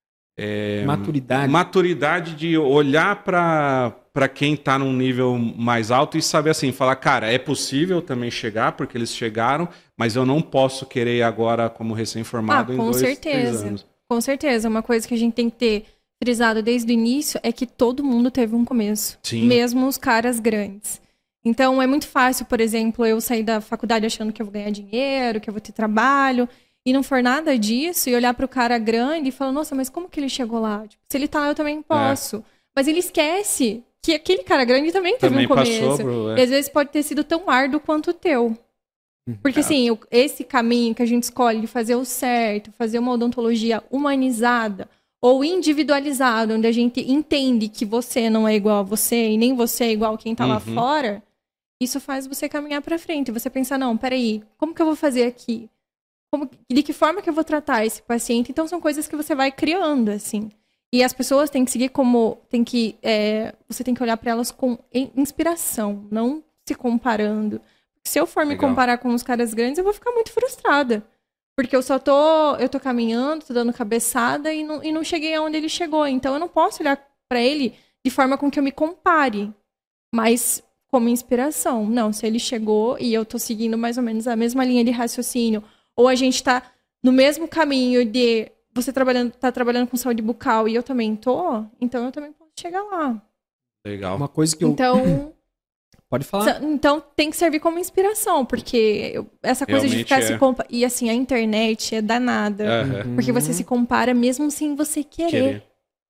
É, maturidade. Maturidade de olhar para quem está num nível mais alto e saber assim, falar, cara, é possível também chegar, porque eles chegaram, mas eu não posso querer agora como recém-formado ah, em com dois, certeza. três anos. Com certeza. Uma coisa que a gente tem que ter frisado desde o início é que todo mundo teve um começo. Sim. Mesmo os caras grandes. Então, é muito fácil, por exemplo, eu sair da faculdade achando que eu vou ganhar dinheiro, que eu vou ter trabalho, e não for nada disso, e olhar para o cara grande e falar, nossa, mas como que ele chegou lá? Tipo, se ele tá lá, eu também posso. É. Mas ele esquece que aquele cara grande também teve também um começo. Passou, bro, é. E às vezes pode ter sido tão árduo quanto o teu. Porque, assim, esse caminho que a gente escolhe de fazer o certo, fazer uma odontologia humanizada, ou individualizado, onde a gente entende que você não é igual a você e nem você é igual a quem tá uhum. lá fora, isso faz você caminhar para frente. Você pensar, não, peraí, como que eu vou fazer aqui? Como, de que forma que eu vou tratar esse paciente? Então, são coisas que você vai criando, assim. E as pessoas têm que seguir como... Tem que, é, você tem que olhar para elas com inspiração, não se comparando. Se eu for me Legal. comparar com os caras grandes, eu vou ficar muito frustrada. Porque eu só tô, eu tô caminhando, tô dando cabeçada e não, e não cheguei aonde ele chegou. Então, eu não posso olhar para ele de forma com que eu me compare, mas como inspiração. Não, se ele chegou e eu tô seguindo mais ou menos a mesma linha de raciocínio, ou a gente tá no mesmo caminho de você trabalhando, tá trabalhando com saúde bucal e eu também tô, então eu também posso chegar lá. Legal. Uma coisa que eu... Então... Pode falar. Então, tem que servir como inspiração, porque eu, essa coisa Realmente de ficar é. se comparando... E, assim, a internet é danada. Uhum. Porque você se compara mesmo sem você querer. querer.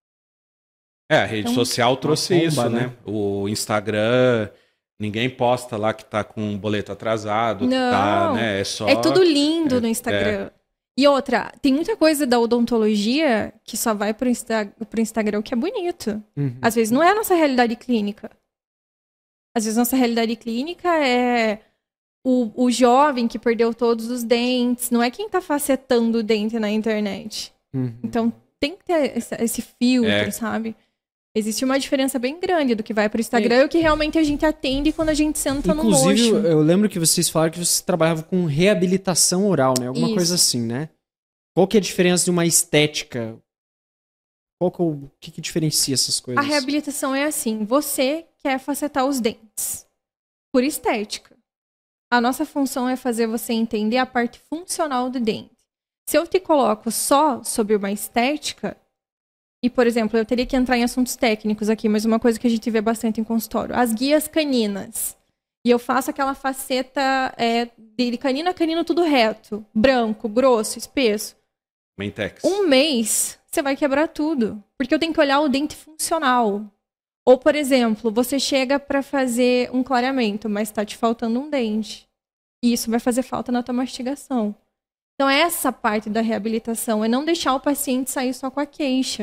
É, a rede então, social trouxe bomba, isso, né? né? O Instagram, ninguém posta lá que tá com um boleto atrasado. Não, que tá, né? É só... É tudo lindo é, no Instagram. É. E outra, tem muita coisa da odontologia que só vai pro, Insta... pro Instagram, que é bonito. Uhum. Às vezes não é a nossa realidade clínica. Às vezes, nossa realidade clínica é o, o jovem que perdeu todos os dentes. Não é quem tá facetando o dente na internet. Uhum. Então, tem que ter esse, esse filtro, é. sabe? Existe uma diferença bem grande do que vai pro Instagram é. e o que realmente a gente atende quando a gente senta no mocho. Inclusive, eu lembro que vocês falaram que vocês trabalhavam com reabilitação oral, né? Alguma Isso. coisa assim, né? Qual que é a diferença de uma estética? Qual que é o que, que diferencia essas coisas? A reabilitação é assim, você quer facetar os dentes, por estética. A nossa função é fazer você entender a parte funcional do dente. Se eu te coloco só sobre uma estética, e, por exemplo, eu teria que entrar em assuntos técnicos aqui, mas uma coisa que a gente vê bastante em consultório, as guias caninas. E eu faço aquela faceta é, de canino a canino tudo reto, branco, grosso, espesso. Mentex. Um mês... você vai quebrar tudo. Porque eu tenho que olhar o dente funcional. Ou, por exemplo, você chega para fazer um clareamento, mas está te faltando um dente. E isso vai fazer falta na tua mastigação. Então, essa parte da reabilitação é não deixar o paciente sair só com a queixa.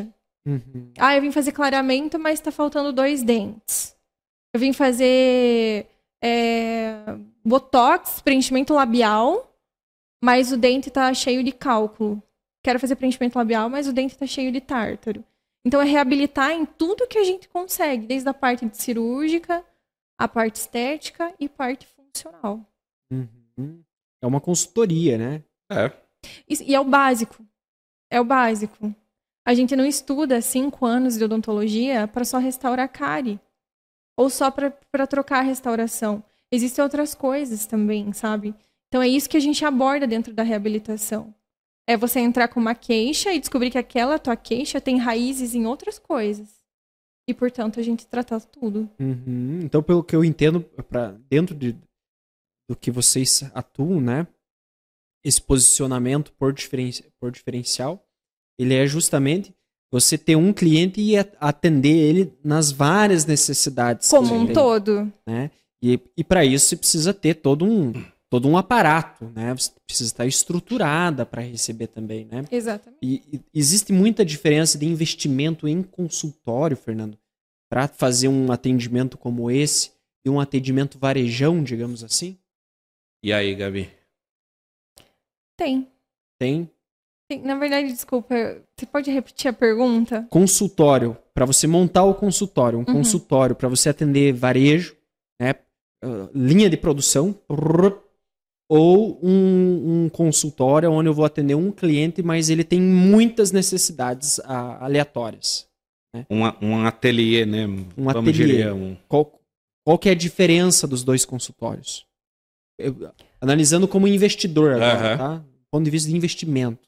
Uhum. Ah, eu vim fazer clareamento, mas tá faltando dois dentes. Eu vim fazer é, botox, preenchimento labial, mas o dente tá cheio de cálculo. Quero fazer preenchimento labial, mas o dente tá cheio de tártaro. Então, é reabilitar em tudo que a gente consegue, desde a parte de cirúrgica, a parte estética e parte funcional. Uhum. É uma consultoria, né? É. E, e é o básico. É o básico. A gente não estuda cinco anos de odontologia para só restaurar cárie. Ou só para trocar a restauração. Existem outras coisas também, sabe? Então, é isso que a gente aborda dentro da reabilitação. É você entrar com uma queixa e descobrir que aquela tua queixa tem raízes em outras coisas. E, portanto, a gente tratar tudo. Uhum. Então, pelo que eu entendo, pra dentro de, do que vocês atuam, né? Esse posicionamento por, diferen, por diferencial, ele é justamente você ter um cliente e atender ele nas várias necessidades. Como um todo. Né? E, e para isso você precisa ter todo um... todo um aparato, né? Você precisa estar estruturada para receber também, né? Exatamente. E, e existe muita diferença de investimento em consultório, Fernando, para fazer um atendimento como esse e um atendimento varejão, digamos assim? E aí, Gabi? Tem. Tem. Tem. Na verdade, desculpa, você pode repetir a pergunta? Consultório, para você montar o consultório, um Uhum. consultório para você atender varejo, né? Uh, linha de produção, prrr, ou um, um consultório onde eu vou atender um cliente, mas ele tem muitas necessidades a, aleatórias. Né? Um, um ateliê, né? Um Vamos ateliê. dizer, um... Qual, qual que é a diferença dos dois consultórios? Eu, analisando como investidor agora, Aham. tá? Do ponto de vista de investimento.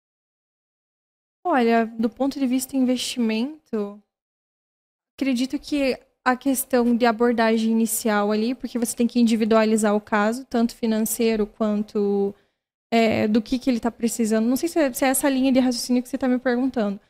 Olha, do ponto de vista de investimento, acredito que a questão de abordagem inicial ali, porque você tem que individualizar o caso, tanto financeiro quanto é, do que, que ele está precisando. Não sei se é, se é essa linha de raciocínio que você está me perguntando,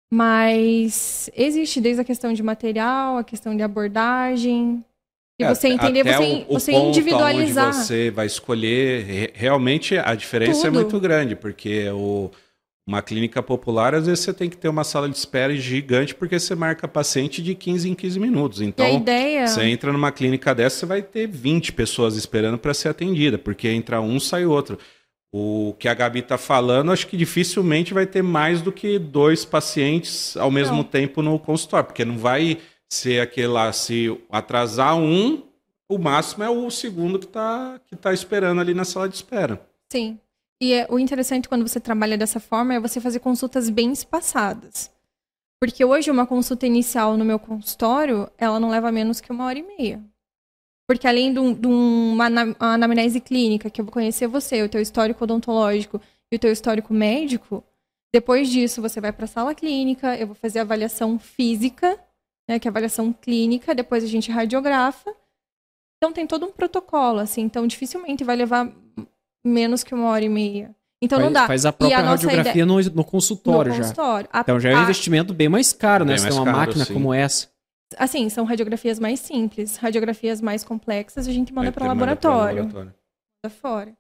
mas existe desde a questão de material, a questão de abordagem, e É, você entender, até você, o, o você ponto individualizar. onde você vai escolher, re- realmente a diferença é Tudo. muito grande, porque o, uma clínica popular, às vezes você tem que ter uma sala de espera gigante, porque você marca paciente de quinze em quinze minutos. E a Então, ideia... você entra numa clínica dessa, você vai ter vinte pessoas esperando para ser atendida, porque entra um, sai outro. O que a Gabi está falando, acho que dificilmente vai ter mais do que dois pacientes ao mesmo Não. tempo no consultório, porque não vai ser aquele lá, se atrasar um, o máximo é o segundo que está que tá esperando ali na sala de espera. Sim. E é, o interessante quando você trabalha dessa forma é você fazer consultas bem espaçadas. Porque hoje uma consulta inicial no meu consultório, ela não leva menos que uma hora e meia. Porque além de, um, de uma ana- anamnese clínica, que eu vou conhecer você, o teu histórico odontológico e o teu histórico médico, depois disso você vai para a sala clínica, eu vou fazer a avaliação física, né, que é a avaliação clínica, depois a gente radiografa. Então tem todo um protocolo, assim, então dificilmente vai levar menos que uma hora e meia. Então faz, não dá. Faz a E própria a nossa radiografia ideia- no, no consultório no já. consultório. A- Então já é um a- investimento bem mais caro, né? Bem Você mais tem uma caro, máquina sim. como essa. Assim, são radiografias mais simples. Radiografias mais complexas a gente manda Vai para ter- o manda pra laboratório. laboratório. Manda fora.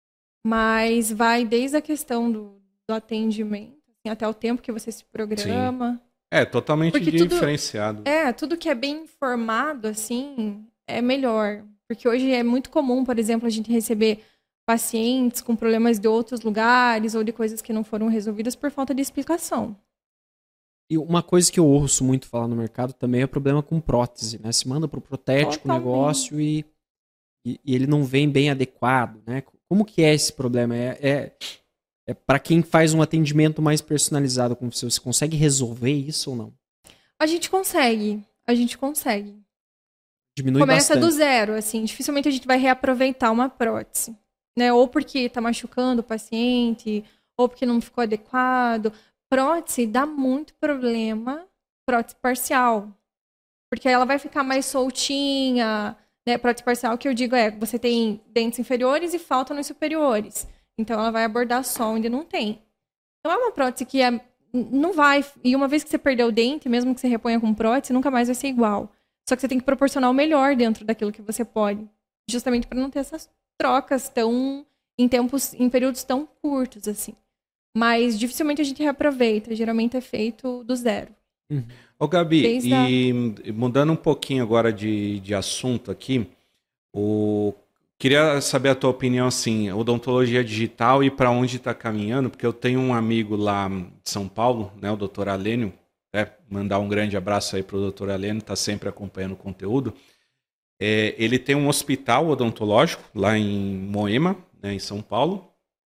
Mas vai desde a questão do, do atendimento, assim, até o tempo que você se programa. É, totalmente Porque tudo- diferenciado. É, tudo que é bem informado, assim, é melhor. Porque hoje é muito comum, por exemplo, a gente receber pacientes com problemas de outros lugares ou de coisas que não foram resolvidas por falta de explicação. E uma coisa que eu ouço muito falar no mercado também é o problema com prótese, né? Se manda pro protético o Totalmente. negócio e, e, e ele não vem bem adequado, né? Como que é esse problema? É, é, é para quem faz um atendimento mais personalizado com você, você consegue resolver isso ou não? A gente consegue, a gente consegue. Diminui Começa bastante. do zero, assim. Dificilmente a gente vai reaproveitar uma prótese, né? Ou porque tá machucando o paciente, ou porque não ficou adequado. Prótese dá muito problema, prótese parcial. Porque ela vai ficar mais soltinha, né? Prótese parcial, que eu digo é, você tem dentes inferiores e falta nos superiores. Então ela vai abordar só onde não tem. Então é uma prótese que é, não vai... E uma vez que você perdeu o dente, mesmo que você reponha com prótese, nunca mais vai ser igual. Só que você tem que proporcionar o melhor dentro daquilo que você pode. Justamente para não ter essas trocas tão... Em tempos, em períodos tão curtos, assim. Mas dificilmente a gente reaproveita. Geralmente é feito do zero. Uhum. Ô, Gabi, Desde e a... mudando um pouquinho agora de, de assunto aqui, o... queria saber a tua opinião, assim, odontologia digital e para onde está caminhando, porque eu tenho um amigo lá de São Paulo, né, o doutor Alênio, né, mandar um grande abraço aí para o doutor Alênio, está sempre acompanhando o conteúdo. É, ele tem um hospital odontológico lá em Moema, né, em São Paulo,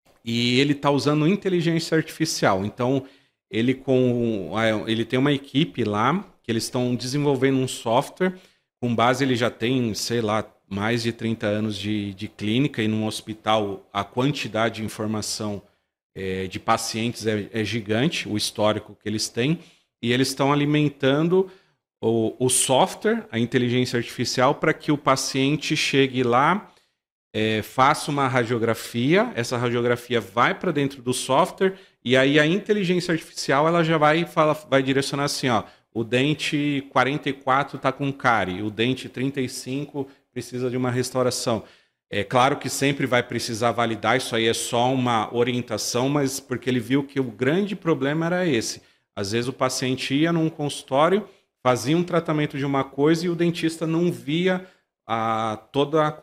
e ele está usando inteligência artificial. Então, ele, com, ele tem uma equipe lá que eles estão desenvolvendo um software, com base, ele já tem, sei lá, mais de trinta anos de, de clínica, e num hospital a quantidade de informação é, de pacientes é, é gigante, o histórico que eles têm, e eles estão alimentando o, o software, a inteligência artificial, para que o paciente chegue lá, é, faça uma radiografia, essa radiografia vai para dentro do software, e aí a inteligência artificial ela já vai, fala, vai direcionar assim, ó, o dente quarenta e quatro está com cárie, o dente trinta e cinco precisa de uma restauração. É claro que sempre vai precisar validar, isso aí é só uma orientação, mas porque ele viu que o grande problema era esse. Às vezes o paciente ia num consultório, fazia um tratamento de uma coisa e o dentista não via a, toda a, a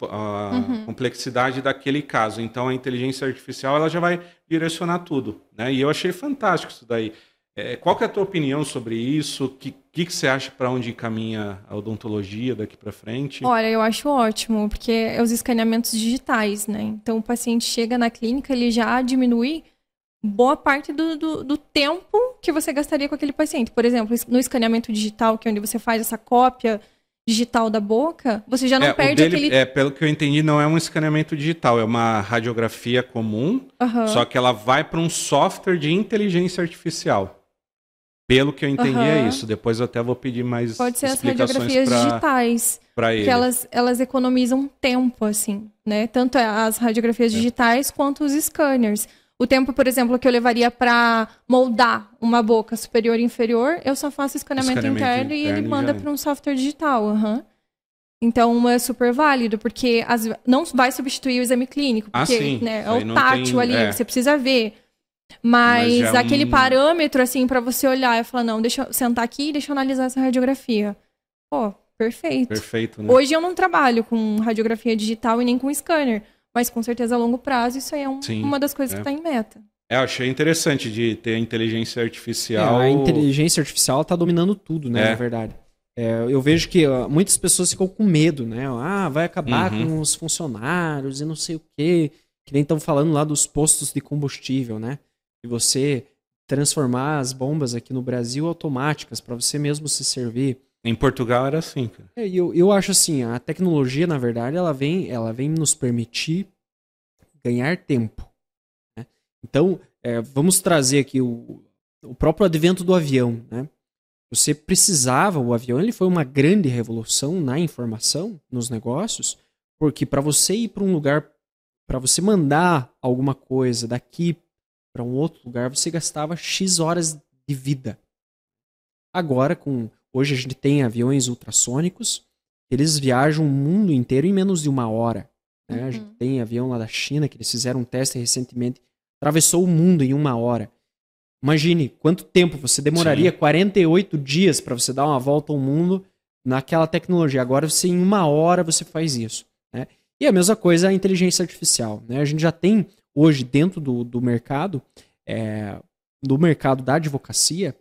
uhum. complexidade daquele caso. Então a inteligência artificial ela já vai direcionar tudo, né? E eu achei fantástico isso daí. É, qual que é a tua opinião sobre isso? O que, que, que você acha para onde caminha a odontologia daqui para frente? Olha, eu acho ótimo, porque é os escaneamentos digitais, né? Então o paciente chega na clínica, ele já diminui boa parte do, do, do tempo que você gastaria com aquele paciente. Por exemplo, no escaneamento digital, que é onde você faz essa cópia digital da boca, você já não é, perde dele, aquele... É, pelo que eu entendi, não é um escaneamento digital, é uma radiografia comum, uhum. só que ela vai para um software de inteligência artificial. Pelo que eu entendi uhum. é isso. Depois eu até vou pedir mais Pode ser explicações as radiografias pra, digitais, pra ele. que elas, elas economizam tempo, assim, né? Tanto as radiografias é. digitais quanto os scanners. O tempo, por exemplo, que eu levaria para moldar uma boca superior e inferior, eu só faço escaneamento, escaneamento interno, interno e ele manda para um software digital. Uhum. Então é super válido, porque as, não vai substituir o exame clínico, porque ah, sim. Né, é o tátil tem, ali, é. você precisa ver. Mas, Mas aquele um... parâmetro, assim, para você olhar e falar, não, deixa eu sentar aqui e deixa eu analisar essa radiografia. Pô, perfeito. Perfeito, né? Hoje eu não trabalho com radiografia digital e nem com scanner, mas com certeza a longo prazo isso aí é um, uma das coisas é. que está em meta. É, eu achei interessante de ter a inteligência artificial. É, a inteligência artificial está dominando tudo, né, é. na verdade. É, eu vejo que ó, muitas pessoas ficam com medo, né? Ah, vai acabar uhum. com os funcionários e não sei o quê. Que nem estão falando lá dos postos de combustível, né? De você transformar as bombas aqui no Brasil automáticas para você mesmo se servir. Em Portugal era assim, cara. É, eu, eu acho assim, a tecnologia, na verdade, ela vem, ela vem nos permitir ganhar tempo. Né? Então, é, vamos trazer aqui o, o próprio advento do avião, né? Você precisava, o avião ele foi uma grande revolução na informação, nos negócios, porque para você ir para um lugar, para você mandar alguma coisa daqui para um outro lugar, você gastava X horas de vida. Agora, com hoje a gente tem aviões ultrassônicos, eles viajam o mundo inteiro em menos de uma hora. Né? Uhum. A gente tem avião lá da China, que eles fizeram um teste recentemente, atravessou o mundo em uma hora. Imagine quanto tempo você demoraria, Sim. quarenta e oito dias para você dar uma volta ao mundo naquela tecnologia. Agora, você, em uma hora, você faz isso. Né? E a mesma coisa a inteligência artificial. Né? A gente já tem hoje dentro do, do mercado, é, do mercado da advocacia,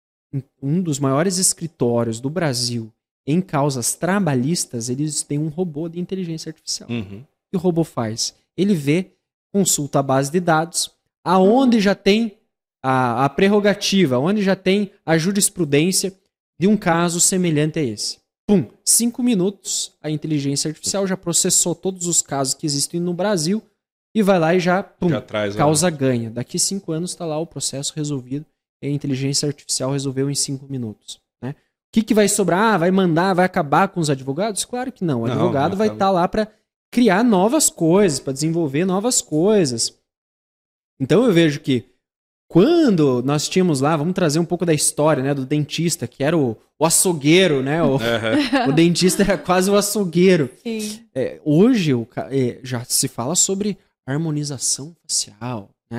um dos maiores escritórios do Brasil em causas trabalhistas, eles têm um robô de inteligência artificial. Uhum. O que o robô faz? Ele vê, consulta a base de dados, aonde já tem a, a prerrogativa, onde já tem a jurisprudência de um caso semelhante a esse. Pum, cinco minutos, a inteligência artificial já processou todos os casos que existem no Brasil e vai lá e já, pum, já traz causa a... ganha. Daqui cinco anos está lá o processo resolvido e a inteligência artificial resolveu em cinco minutos. Né? O que, que vai sobrar? Ah, vai mandar, vai acabar com os advogados? Claro que não. O não, advogado não vai estar tá lá para criar novas coisas, para desenvolver novas coisas. Então eu vejo que quando nós tínhamos lá, vamos trazer um pouco da história, né, do dentista, que era o, o açougueiro, né? O, uhum. o dentista era quase o açougueiro. Sim. É, hoje o, é, já se fala sobre harmonização facial, né?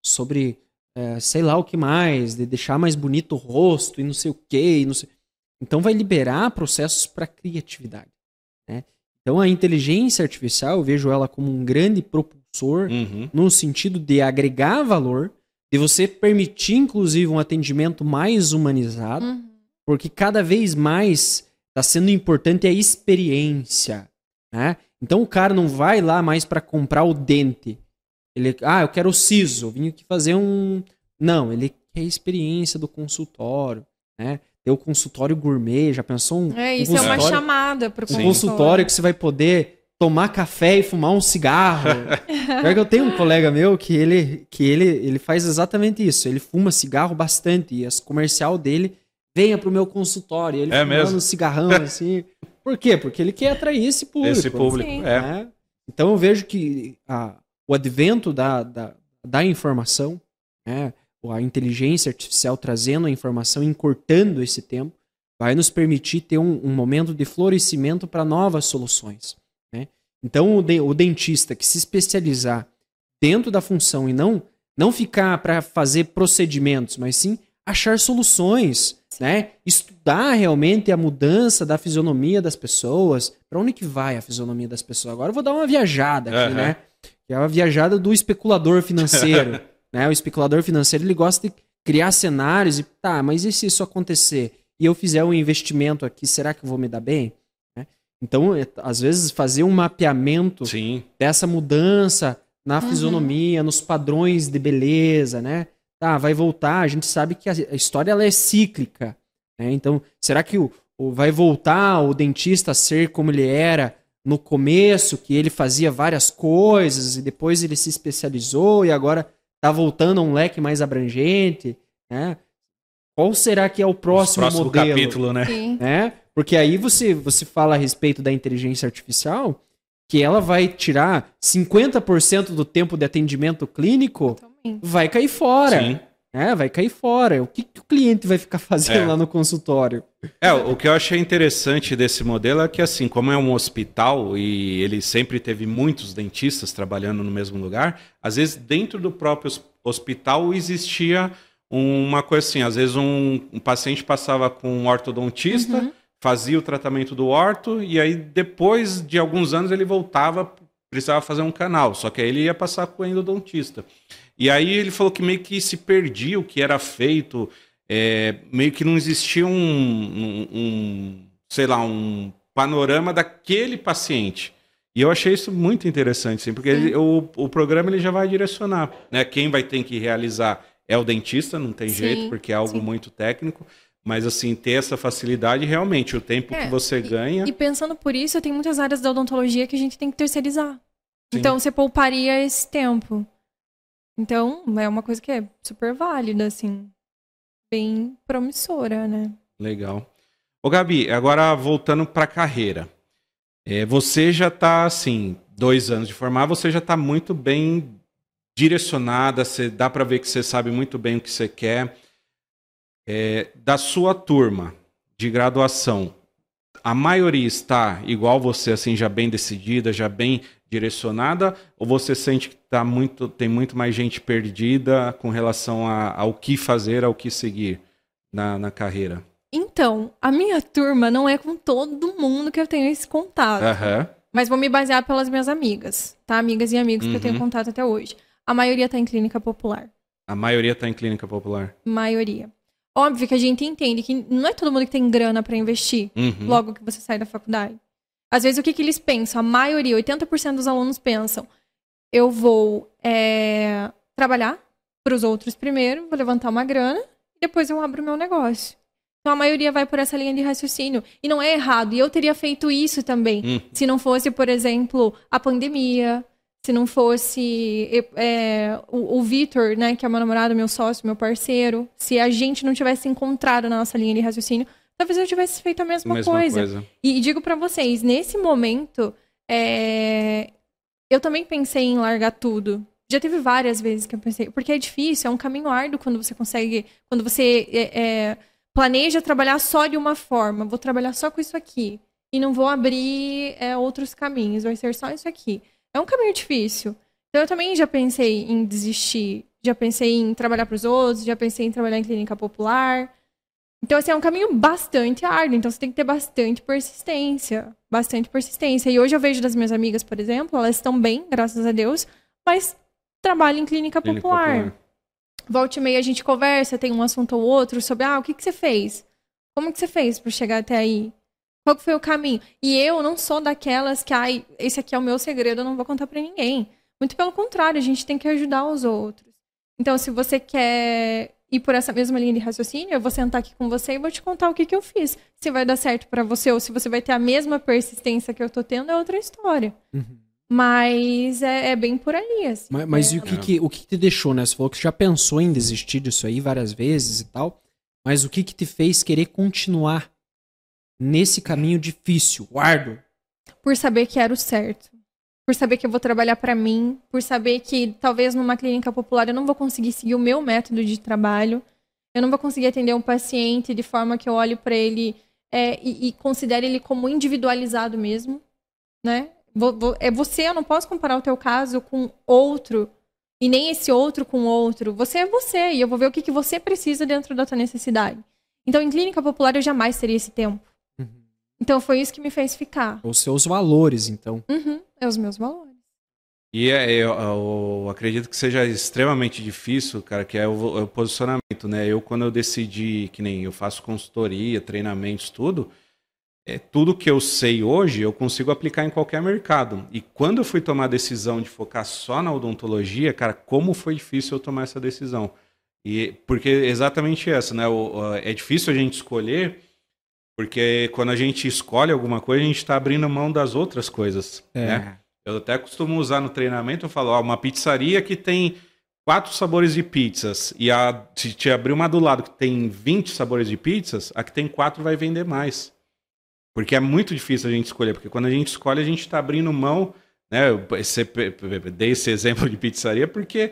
sobre é, sei lá o que mais, de deixar mais bonito o rosto e não sei o que. Não sei... Então vai liberar processos para criatividade. Né? Então a inteligência artificial, eu vejo ela como um grande propulsor uhum. no sentido de agregar valor, de você permitir, inclusive, um atendimento mais humanizado, uhum. porque cada vez mais está sendo importante a experiência. Né? Então o cara não vai lá mais para comprar o dente. Ele, ah, eu quero o siso, eu vim aqui fazer um... Não, ele quer a experiência do consultório, né? Ter o consultório gourmet, já pensou um É, isso um é uma chamada para o consultório. Um consultório que você vai poder tomar café e fumar um cigarro. Pior que eu tenho um colega meu que, ele, que ele, ele faz exatamente isso. Ele fuma cigarro bastante e as comercial dele venha pro meu consultório. Ele é fumando mesmo? um cigarrão assim. Por quê? Porque ele quer atrair esse público. Esse público, é. Né? Então eu vejo que a, o advento da, da, da informação, né? A inteligência artificial trazendo a informação, encurtando esse tempo, vai nos permitir ter um, um momento de florescimento para novas soluções. Né? Então, o, de, o dentista que se especializar dentro da função e não, não ficar para fazer procedimentos, mas sim achar soluções, né? Estudar realmente a mudança da fisionomia das pessoas, para onde que vai a fisionomia das pessoas. Agora eu vou dar uma viajada aqui, uhum. né? Que é a viajada do especulador financeiro. Né? O especulador financeiro ele gosta de criar cenários e tá, mas e se isso acontecer e eu fizer um investimento aqui, será que eu vou me dar bem? Né? Então, às vezes, fazer um mapeamento Sim. dessa mudança na uhum. fisionomia, nos padrões de beleza, né? Tá, vai voltar, a gente sabe que a história ela é cíclica. Né? Então, será que o, o, vai voltar o dentista a ser como ele era no começo, que ele fazia várias coisas e depois ele se especializou e agora tá voltando a um leque mais abrangente, né? Qual será que é o próximo, próximo modelo? capítulo, né? né? Porque aí você, você fala a respeito da inteligência artificial, que ela vai tirar cinquenta por cento do tempo de atendimento clínico, vai cair fora. Sim. Né? Vai cair fora. O que, que o cliente vai ficar fazendo é. lá no consultório? É, o que eu achei interessante desse modelo é que, assim, como é um hospital e ele sempre teve muitos dentistas trabalhando no mesmo lugar, às vezes dentro do próprio hospital existia uma coisa assim, às vezes um, um paciente passava com um ortodontista, uhum. fazia o tratamento do orto e aí depois de alguns anos ele voltava, precisava fazer um canal, só que aí ele ia passar com o endodontista. E aí ele falou que meio que se perdia o que era feito, é, meio que não existia um, um, um, sei lá, um panorama daquele paciente. E eu achei isso muito interessante, sim, porque ele, o, o programa ele já vai direcionar. Né? Quem vai ter que realizar é o dentista, não tem sim, jeito, porque é algo sim. muito técnico. Mas, assim, ter essa facilidade, realmente, o tempo é, que você e, ganha... E pensando por isso, tem muitas áreas da odontologia que a gente tem que terceirizar. Sim. Então, você pouparia esse tempo. Então, é uma coisa que é super válida, assim. Bem promissora, né? Legal. Ô, Gabi, agora voltando para a carreira. É, você já está, assim, dois anos de formar, você já está muito bem direcionada, você, dá para ver que você sabe muito bem o que você quer. É, da sua turma de graduação, a maioria está igual você, assim, já bem decidida, já bem direcionada, ou você sente que tá muito, tem muito mais gente perdida com relação a, ao que fazer, ao que seguir na, na carreira? Então, a minha turma não é com todo mundo que eu tenho esse contato. Uhum. Mas vou me basear pelas minhas amigas, tá? Amigas e amigos uhum. que eu tenho contato até hoje. A maioria está em clínica popular. A maioria está em clínica popular? Maioria. Óbvio que a gente entende que não é todo mundo que tem grana para investir uhum. logo que você sai da faculdade. Às vezes, o que, que eles pensam? A maioria, oitenta por cento dos alunos pensam, eu vou é, trabalhar para os outros primeiro, vou levantar uma grana e depois eu abro o meu negócio. Então, a maioria vai por essa linha de raciocínio. E não é errado. E eu teria feito isso também. Uhum. Se não fosse, por exemplo, a pandemia... Se não fosse é, o, o Vitor, né, que é meu namorado, meu sócio, meu parceiro, se a gente não tivesse encontrado na nossa linha de raciocínio, talvez eu tivesse feito a mesma, mesma coisa. coisa. E, e digo pra vocês, nesse momento, é, eu também pensei em largar tudo. Já teve várias vezes que eu pensei, porque é difícil, é um caminho árduo quando você consegue, quando você é, é, planeja trabalhar só de uma forma, vou trabalhar só com isso aqui, e não vou abrir é, outros caminhos, vai ser só isso aqui. É um caminho difícil. Então, eu também já pensei em desistir já pensei em trabalhar para os outros, já pensei em trabalhar em clínica popular. Então, assim, é um caminho bastante árduo. Então, você tem que ter bastante persistência. Bastante persistência. E hoje eu vejo das minhas amigas, por exemplo, elas estão bem, graças a Deus, mas trabalham em clínica, clínica popular. popular. Volta e meia a gente conversa, tem um assunto ou outro sobre, ah, o que, que você fez? Como que você fez para chegar até aí? Qual que foi o caminho? E eu não sou daquelas que, ai, esse aqui é o meu segredo, eu não vou contar para ninguém. Muito pelo contrário, a gente tem que ajudar os outros. Então, se você quer ir por essa mesma linha de raciocínio, eu vou sentar aqui com você e vou te contar o que, que eu fiz. Se vai dar certo para você ou se você vai ter a mesma persistência que eu tô tendo, é outra história. Uhum. Mas é, é bem por aí. Assim, mas mas é... e o que, que, o que te deixou, né? Você falou que já pensou em desistir disso aí várias vezes e tal, mas o que, que te fez querer continuar nesse caminho difícil, árduo? Por saber que era o certo. Por saber que eu vou trabalhar para mim, por saber que talvez numa clínica popular eu não vou conseguir seguir o meu método de trabalho, eu não vou conseguir atender um paciente de forma que eu olhe para ele é, e, e considere ele como individualizado mesmo, né? Vou, vou, é você, eu não posso comparar o teu caso com outro, e nem esse outro com outro. Você é você, e eu vou ver o que, que você precisa dentro da tua necessidade. Então, em clínica popular, eu jamais teria esse tempo. Uhum. Então, foi isso que me fez ficar. Os seus valores, então. Uhum. É os meus valores. E é, eu, eu acredito que seja extremamente difícil, cara, que é o, é o posicionamento, né? Eu, quando eu decidi, que nem eu faço consultoria, treinamentos, tudo, é, tudo que eu sei hoje, eu consigo aplicar em qualquer mercado. E quando eu fui tomar a decisão de focar só na odontologia, cara, como foi difícil eu tomar essa decisão. E, porque é exatamente essa, né? O, é difícil a gente escolher, porque quando a gente escolhe alguma coisa, a gente está abrindo mão das outras coisas, é. né? Eu até costumo usar no treinamento, eu falo, ó, uma pizzaria que tem quatro sabores de pizzas, e a, se te abrir uma do lado que tem vinte sabores de pizzas, a que tem quatro vai vender mais. Porque é muito difícil a gente escolher, porque quando a gente escolhe, a gente está abrindo mão, né? Eu dei esse exemplo de pizzaria porque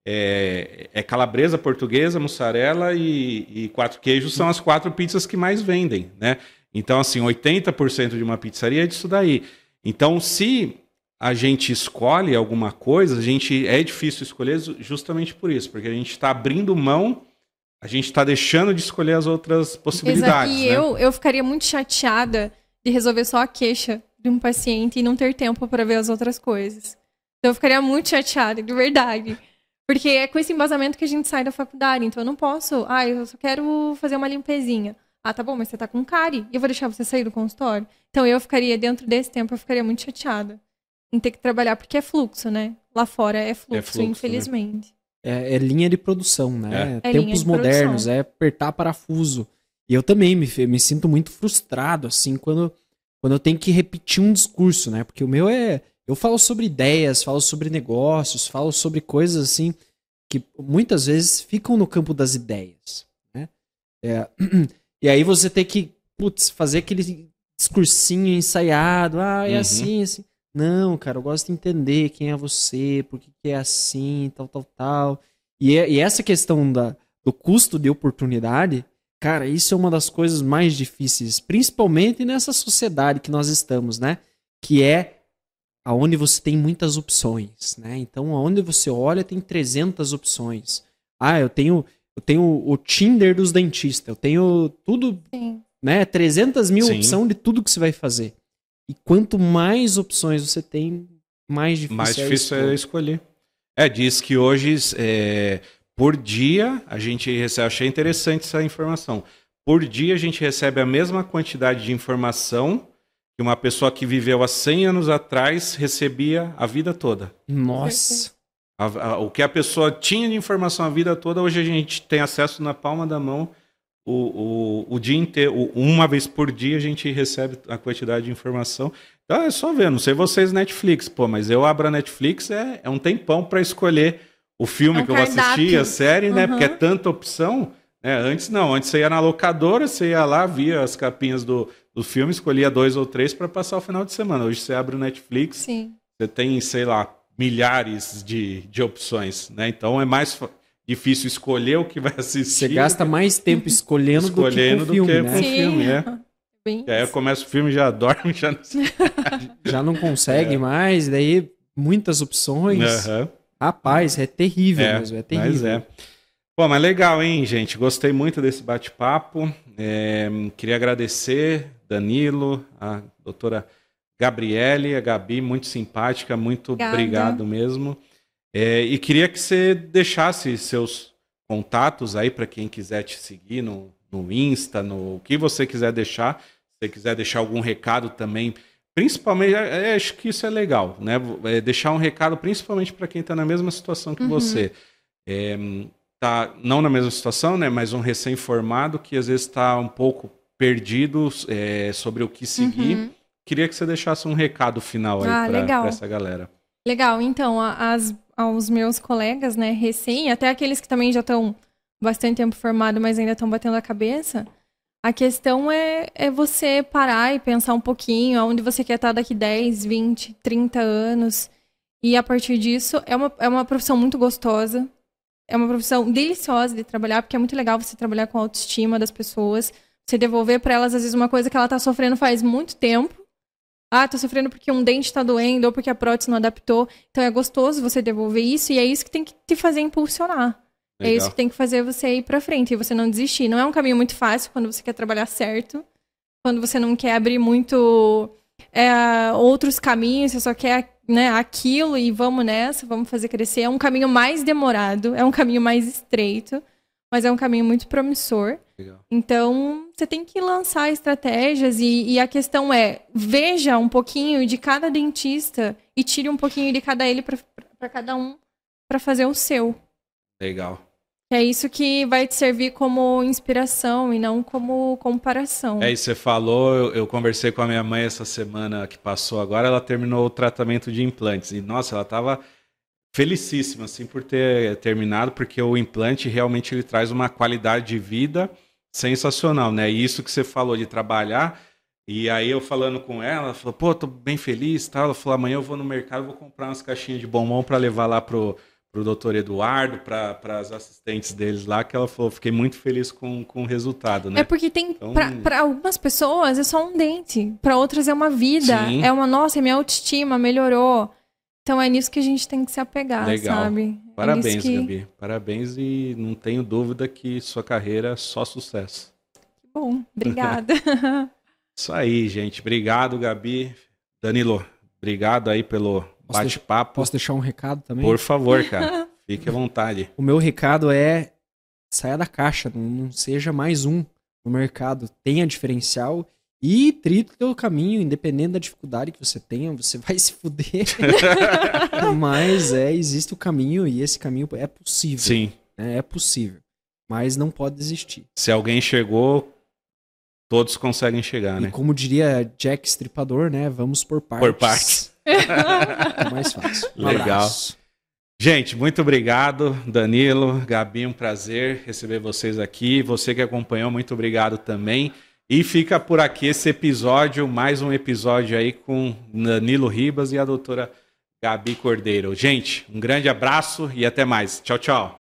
é, é calabresa, portuguesa, mussarela e, e quatro queijos são as quatro pizzas que mais vendem, né? Então, assim, oitenta por cento de uma pizzaria é disso daí. Então, se a gente escolhe alguma coisa, a gente é difícil escolher justamente por isso, porque a gente está abrindo mão, a gente está deixando de escolher as outras possibilidades. Exato. E né? eu, eu ficaria muito chateada de resolver só a queixa de um paciente e não ter tempo para ver as outras coisas. Então eu ficaria muito chateada, de verdade. Porque é com esse embasamento que a gente sai da faculdade. Então eu não posso, ah, eu só quero fazer uma limpezinha. Ah, tá bom, mas você tá com cárie e eu vou deixar você sair do consultório? Então eu ficaria, dentro desse tempo, eu ficaria muito chateada em ter que trabalhar, porque é fluxo, né? Lá fora é fluxo, é fluxo infelizmente. Né? É, é linha de produção, né? É. Tempos é modernos, produção. É apertar parafuso. E eu também me, me sinto muito frustrado, assim, quando, quando eu tenho que repetir um discurso, né? Porque o meu é... Eu falo sobre ideias, falo sobre negócios, falo sobre coisas, assim, que muitas vezes ficam no campo das ideias, né? É, e aí você tem que, putz, fazer aquele discursinho ensaiado. Ah, é uhum. assim, assim. Não, cara, eu gosto de entender quem é você, por que é assim, tal, tal, tal. E, e essa questão da, do custo de oportunidade, cara, isso é uma das coisas mais difíceis, principalmente nessa sociedade que nós estamos, né? Que é aonde você tem muitas opções, né? Então, aonde você olha, tem trezentas opções. Ah, eu tenho, eu tenho o Tinder dos dentistas, eu tenho tudo, Sim. né? trezentas mil opções de tudo que você vai fazer. E quanto mais opções você tem, mais difícil, mais difícil é, escolher. é escolher. É, diz que hoje, é, por dia, a gente recebe... Achei interessante essa informação. Por dia, a gente recebe a mesma quantidade de informação que uma pessoa que viveu há cem anos atrás recebia a vida toda. Nossa! A, a, o que a pessoa tinha de informação a vida toda, hoje a gente tem acesso na palma da mão. O, o, o dia inteiro, uma vez por dia a gente recebe a quantidade de informação. Então é só ver, não sei vocês Netflix, pô, mas eu abro a Netflix, é, é um tempão para escolher o filme é um que eu vou assistir, a série, uhum. né? Porque é tanta opção. Né? Antes não, antes você ia na locadora, você ia lá, via as capinhas do, do filme, escolhia dois ou três para passar o final de semana. Hoje você abre o Netflix, Sim. você tem, sei lá, milhares de, de opções, né? Então é mais difícil escolher o que vai assistir. Você gasta mais tempo escolhendo, escolhendo do que com o filme, do que né? com o filme, é. Bem e aí eu começo o filme e já dorme, já não, já não consegue é. mais, daí muitas opções. Uhum. Rapaz, é terrível é, mesmo, é terrível. Mas é. Pô, mas legal, hein, gente? Gostei muito desse bate-papo. É, queria agradecer Danilo, a doutora Gabriele, a Gabi, muito simpática, muito Obrigada. Obrigado mesmo. É, e queria que você deixasse seus contatos aí para quem quiser te seguir no, no Insta, no o que você quiser deixar. Se você quiser deixar algum recado também, principalmente, é, acho que isso é legal, né? É deixar um recado principalmente para quem está na mesma situação que uhum. você. É, tá não na mesma situação, né? Mas um recém-formado que às vezes está um pouco perdido é, sobre o que seguir. Uhum. Queria que você deixasse um recado final aí ah, para essa galera. Legal, então, as, aos meus colegas, né, recém, até aqueles que também já estão bastante tempo formados, mas ainda estão batendo a cabeça, a questão é, é você parar e pensar um pouquinho aonde você quer estar daqui dez, vinte, trinta anos. E a partir disso, é uma, é uma profissão muito gostosa. É uma profissão deliciosa de trabalhar, porque é muito legal você trabalhar com a autoestima das pessoas. Você devolver para elas, às vezes, uma coisa que ela está sofrendo faz muito tempo. Ah, tô sofrendo porque um dente está doendo ou porque a prótese não adaptou. Então é gostoso você devolver isso e é isso que tem que te fazer impulsionar. Legal. É isso que tem que fazer você ir para frente e você não desistir. Não é um caminho muito fácil quando você quer trabalhar certo, quando você não quer abrir muito é, outros caminhos, você só quer, né, aquilo e vamos nessa, vamos fazer crescer. É um caminho mais demorado, é um caminho mais estreito, mas é um caminho muito promissor. Legal. Então, você tem que lançar estratégias e, e a questão é, veja um pouquinho de cada dentista e tire um pouquinho de cada ele para cada um para fazer o seu. Legal. É isso que vai te servir como inspiração e não como comparação. É isso, você falou, eu, eu conversei com a minha mãe essa semana que passou agora, ela terminou o tratamento de implantes e, nossa, ela estava felicíssima, assim, por ter terminado, porque o implante realmente ele traz uma qualidade de vida sensacional, né? E isso que você falou de trabalhar, e aí eu falando com ela, ela falou, pô, tô bem feliz, tal. Ela falou, amanhã eu vou no mercado, vou comprar umas caixinhas de bombom para levar lá pro, pro doutor Eduardo, para as assistentes deles lá, que ela falou, fiquei muito feliz com, com o resultado, né? É porque tem, então, para algumas pessoas é só um dente, para outras é uma vida, sim. É uma, nossa, minha autoestima melhorou. Então é nisso que a gente tem que se apegar, legal. Sabe? Parabéns, é que... Gabi. Parabéns e não tenho dúvida que sua carreira é só sucesso. Que bom, obrigada. Isso aí, gente. Obrigado, Gabi. Danilo, obrigado aí pelo bate-papo. Posso deixar um recado também? Por favor, cara. Fique à vontade. O meu recado é saia da caixa, não, não seja mais um no mercado. Tenha diferencial. E trilha o teu caminho, independente da dificuldade que você tenha, você vai se fuder. Mas é, existe o caminho e esse caminho é possível. Sim. É, é possível. Mas não pode desistir. Se alguém chegou, todos conseguem chegar, e né? Como diria Jack Stripador, né? Vamos por partes. Por partes. É mais fácil. Um legal. Abraço. Gente, muito obrigado, Danilo, Gabi, um prazer receber vocês aqui. Você que acompanhou, muito obrigado também. E fica por aqui esse episódio, mais um episódio aí com Danilo Ribas e a doutora Gabi Cordeiro. Gente, um grande abraço e até mais. Tchau, tchau.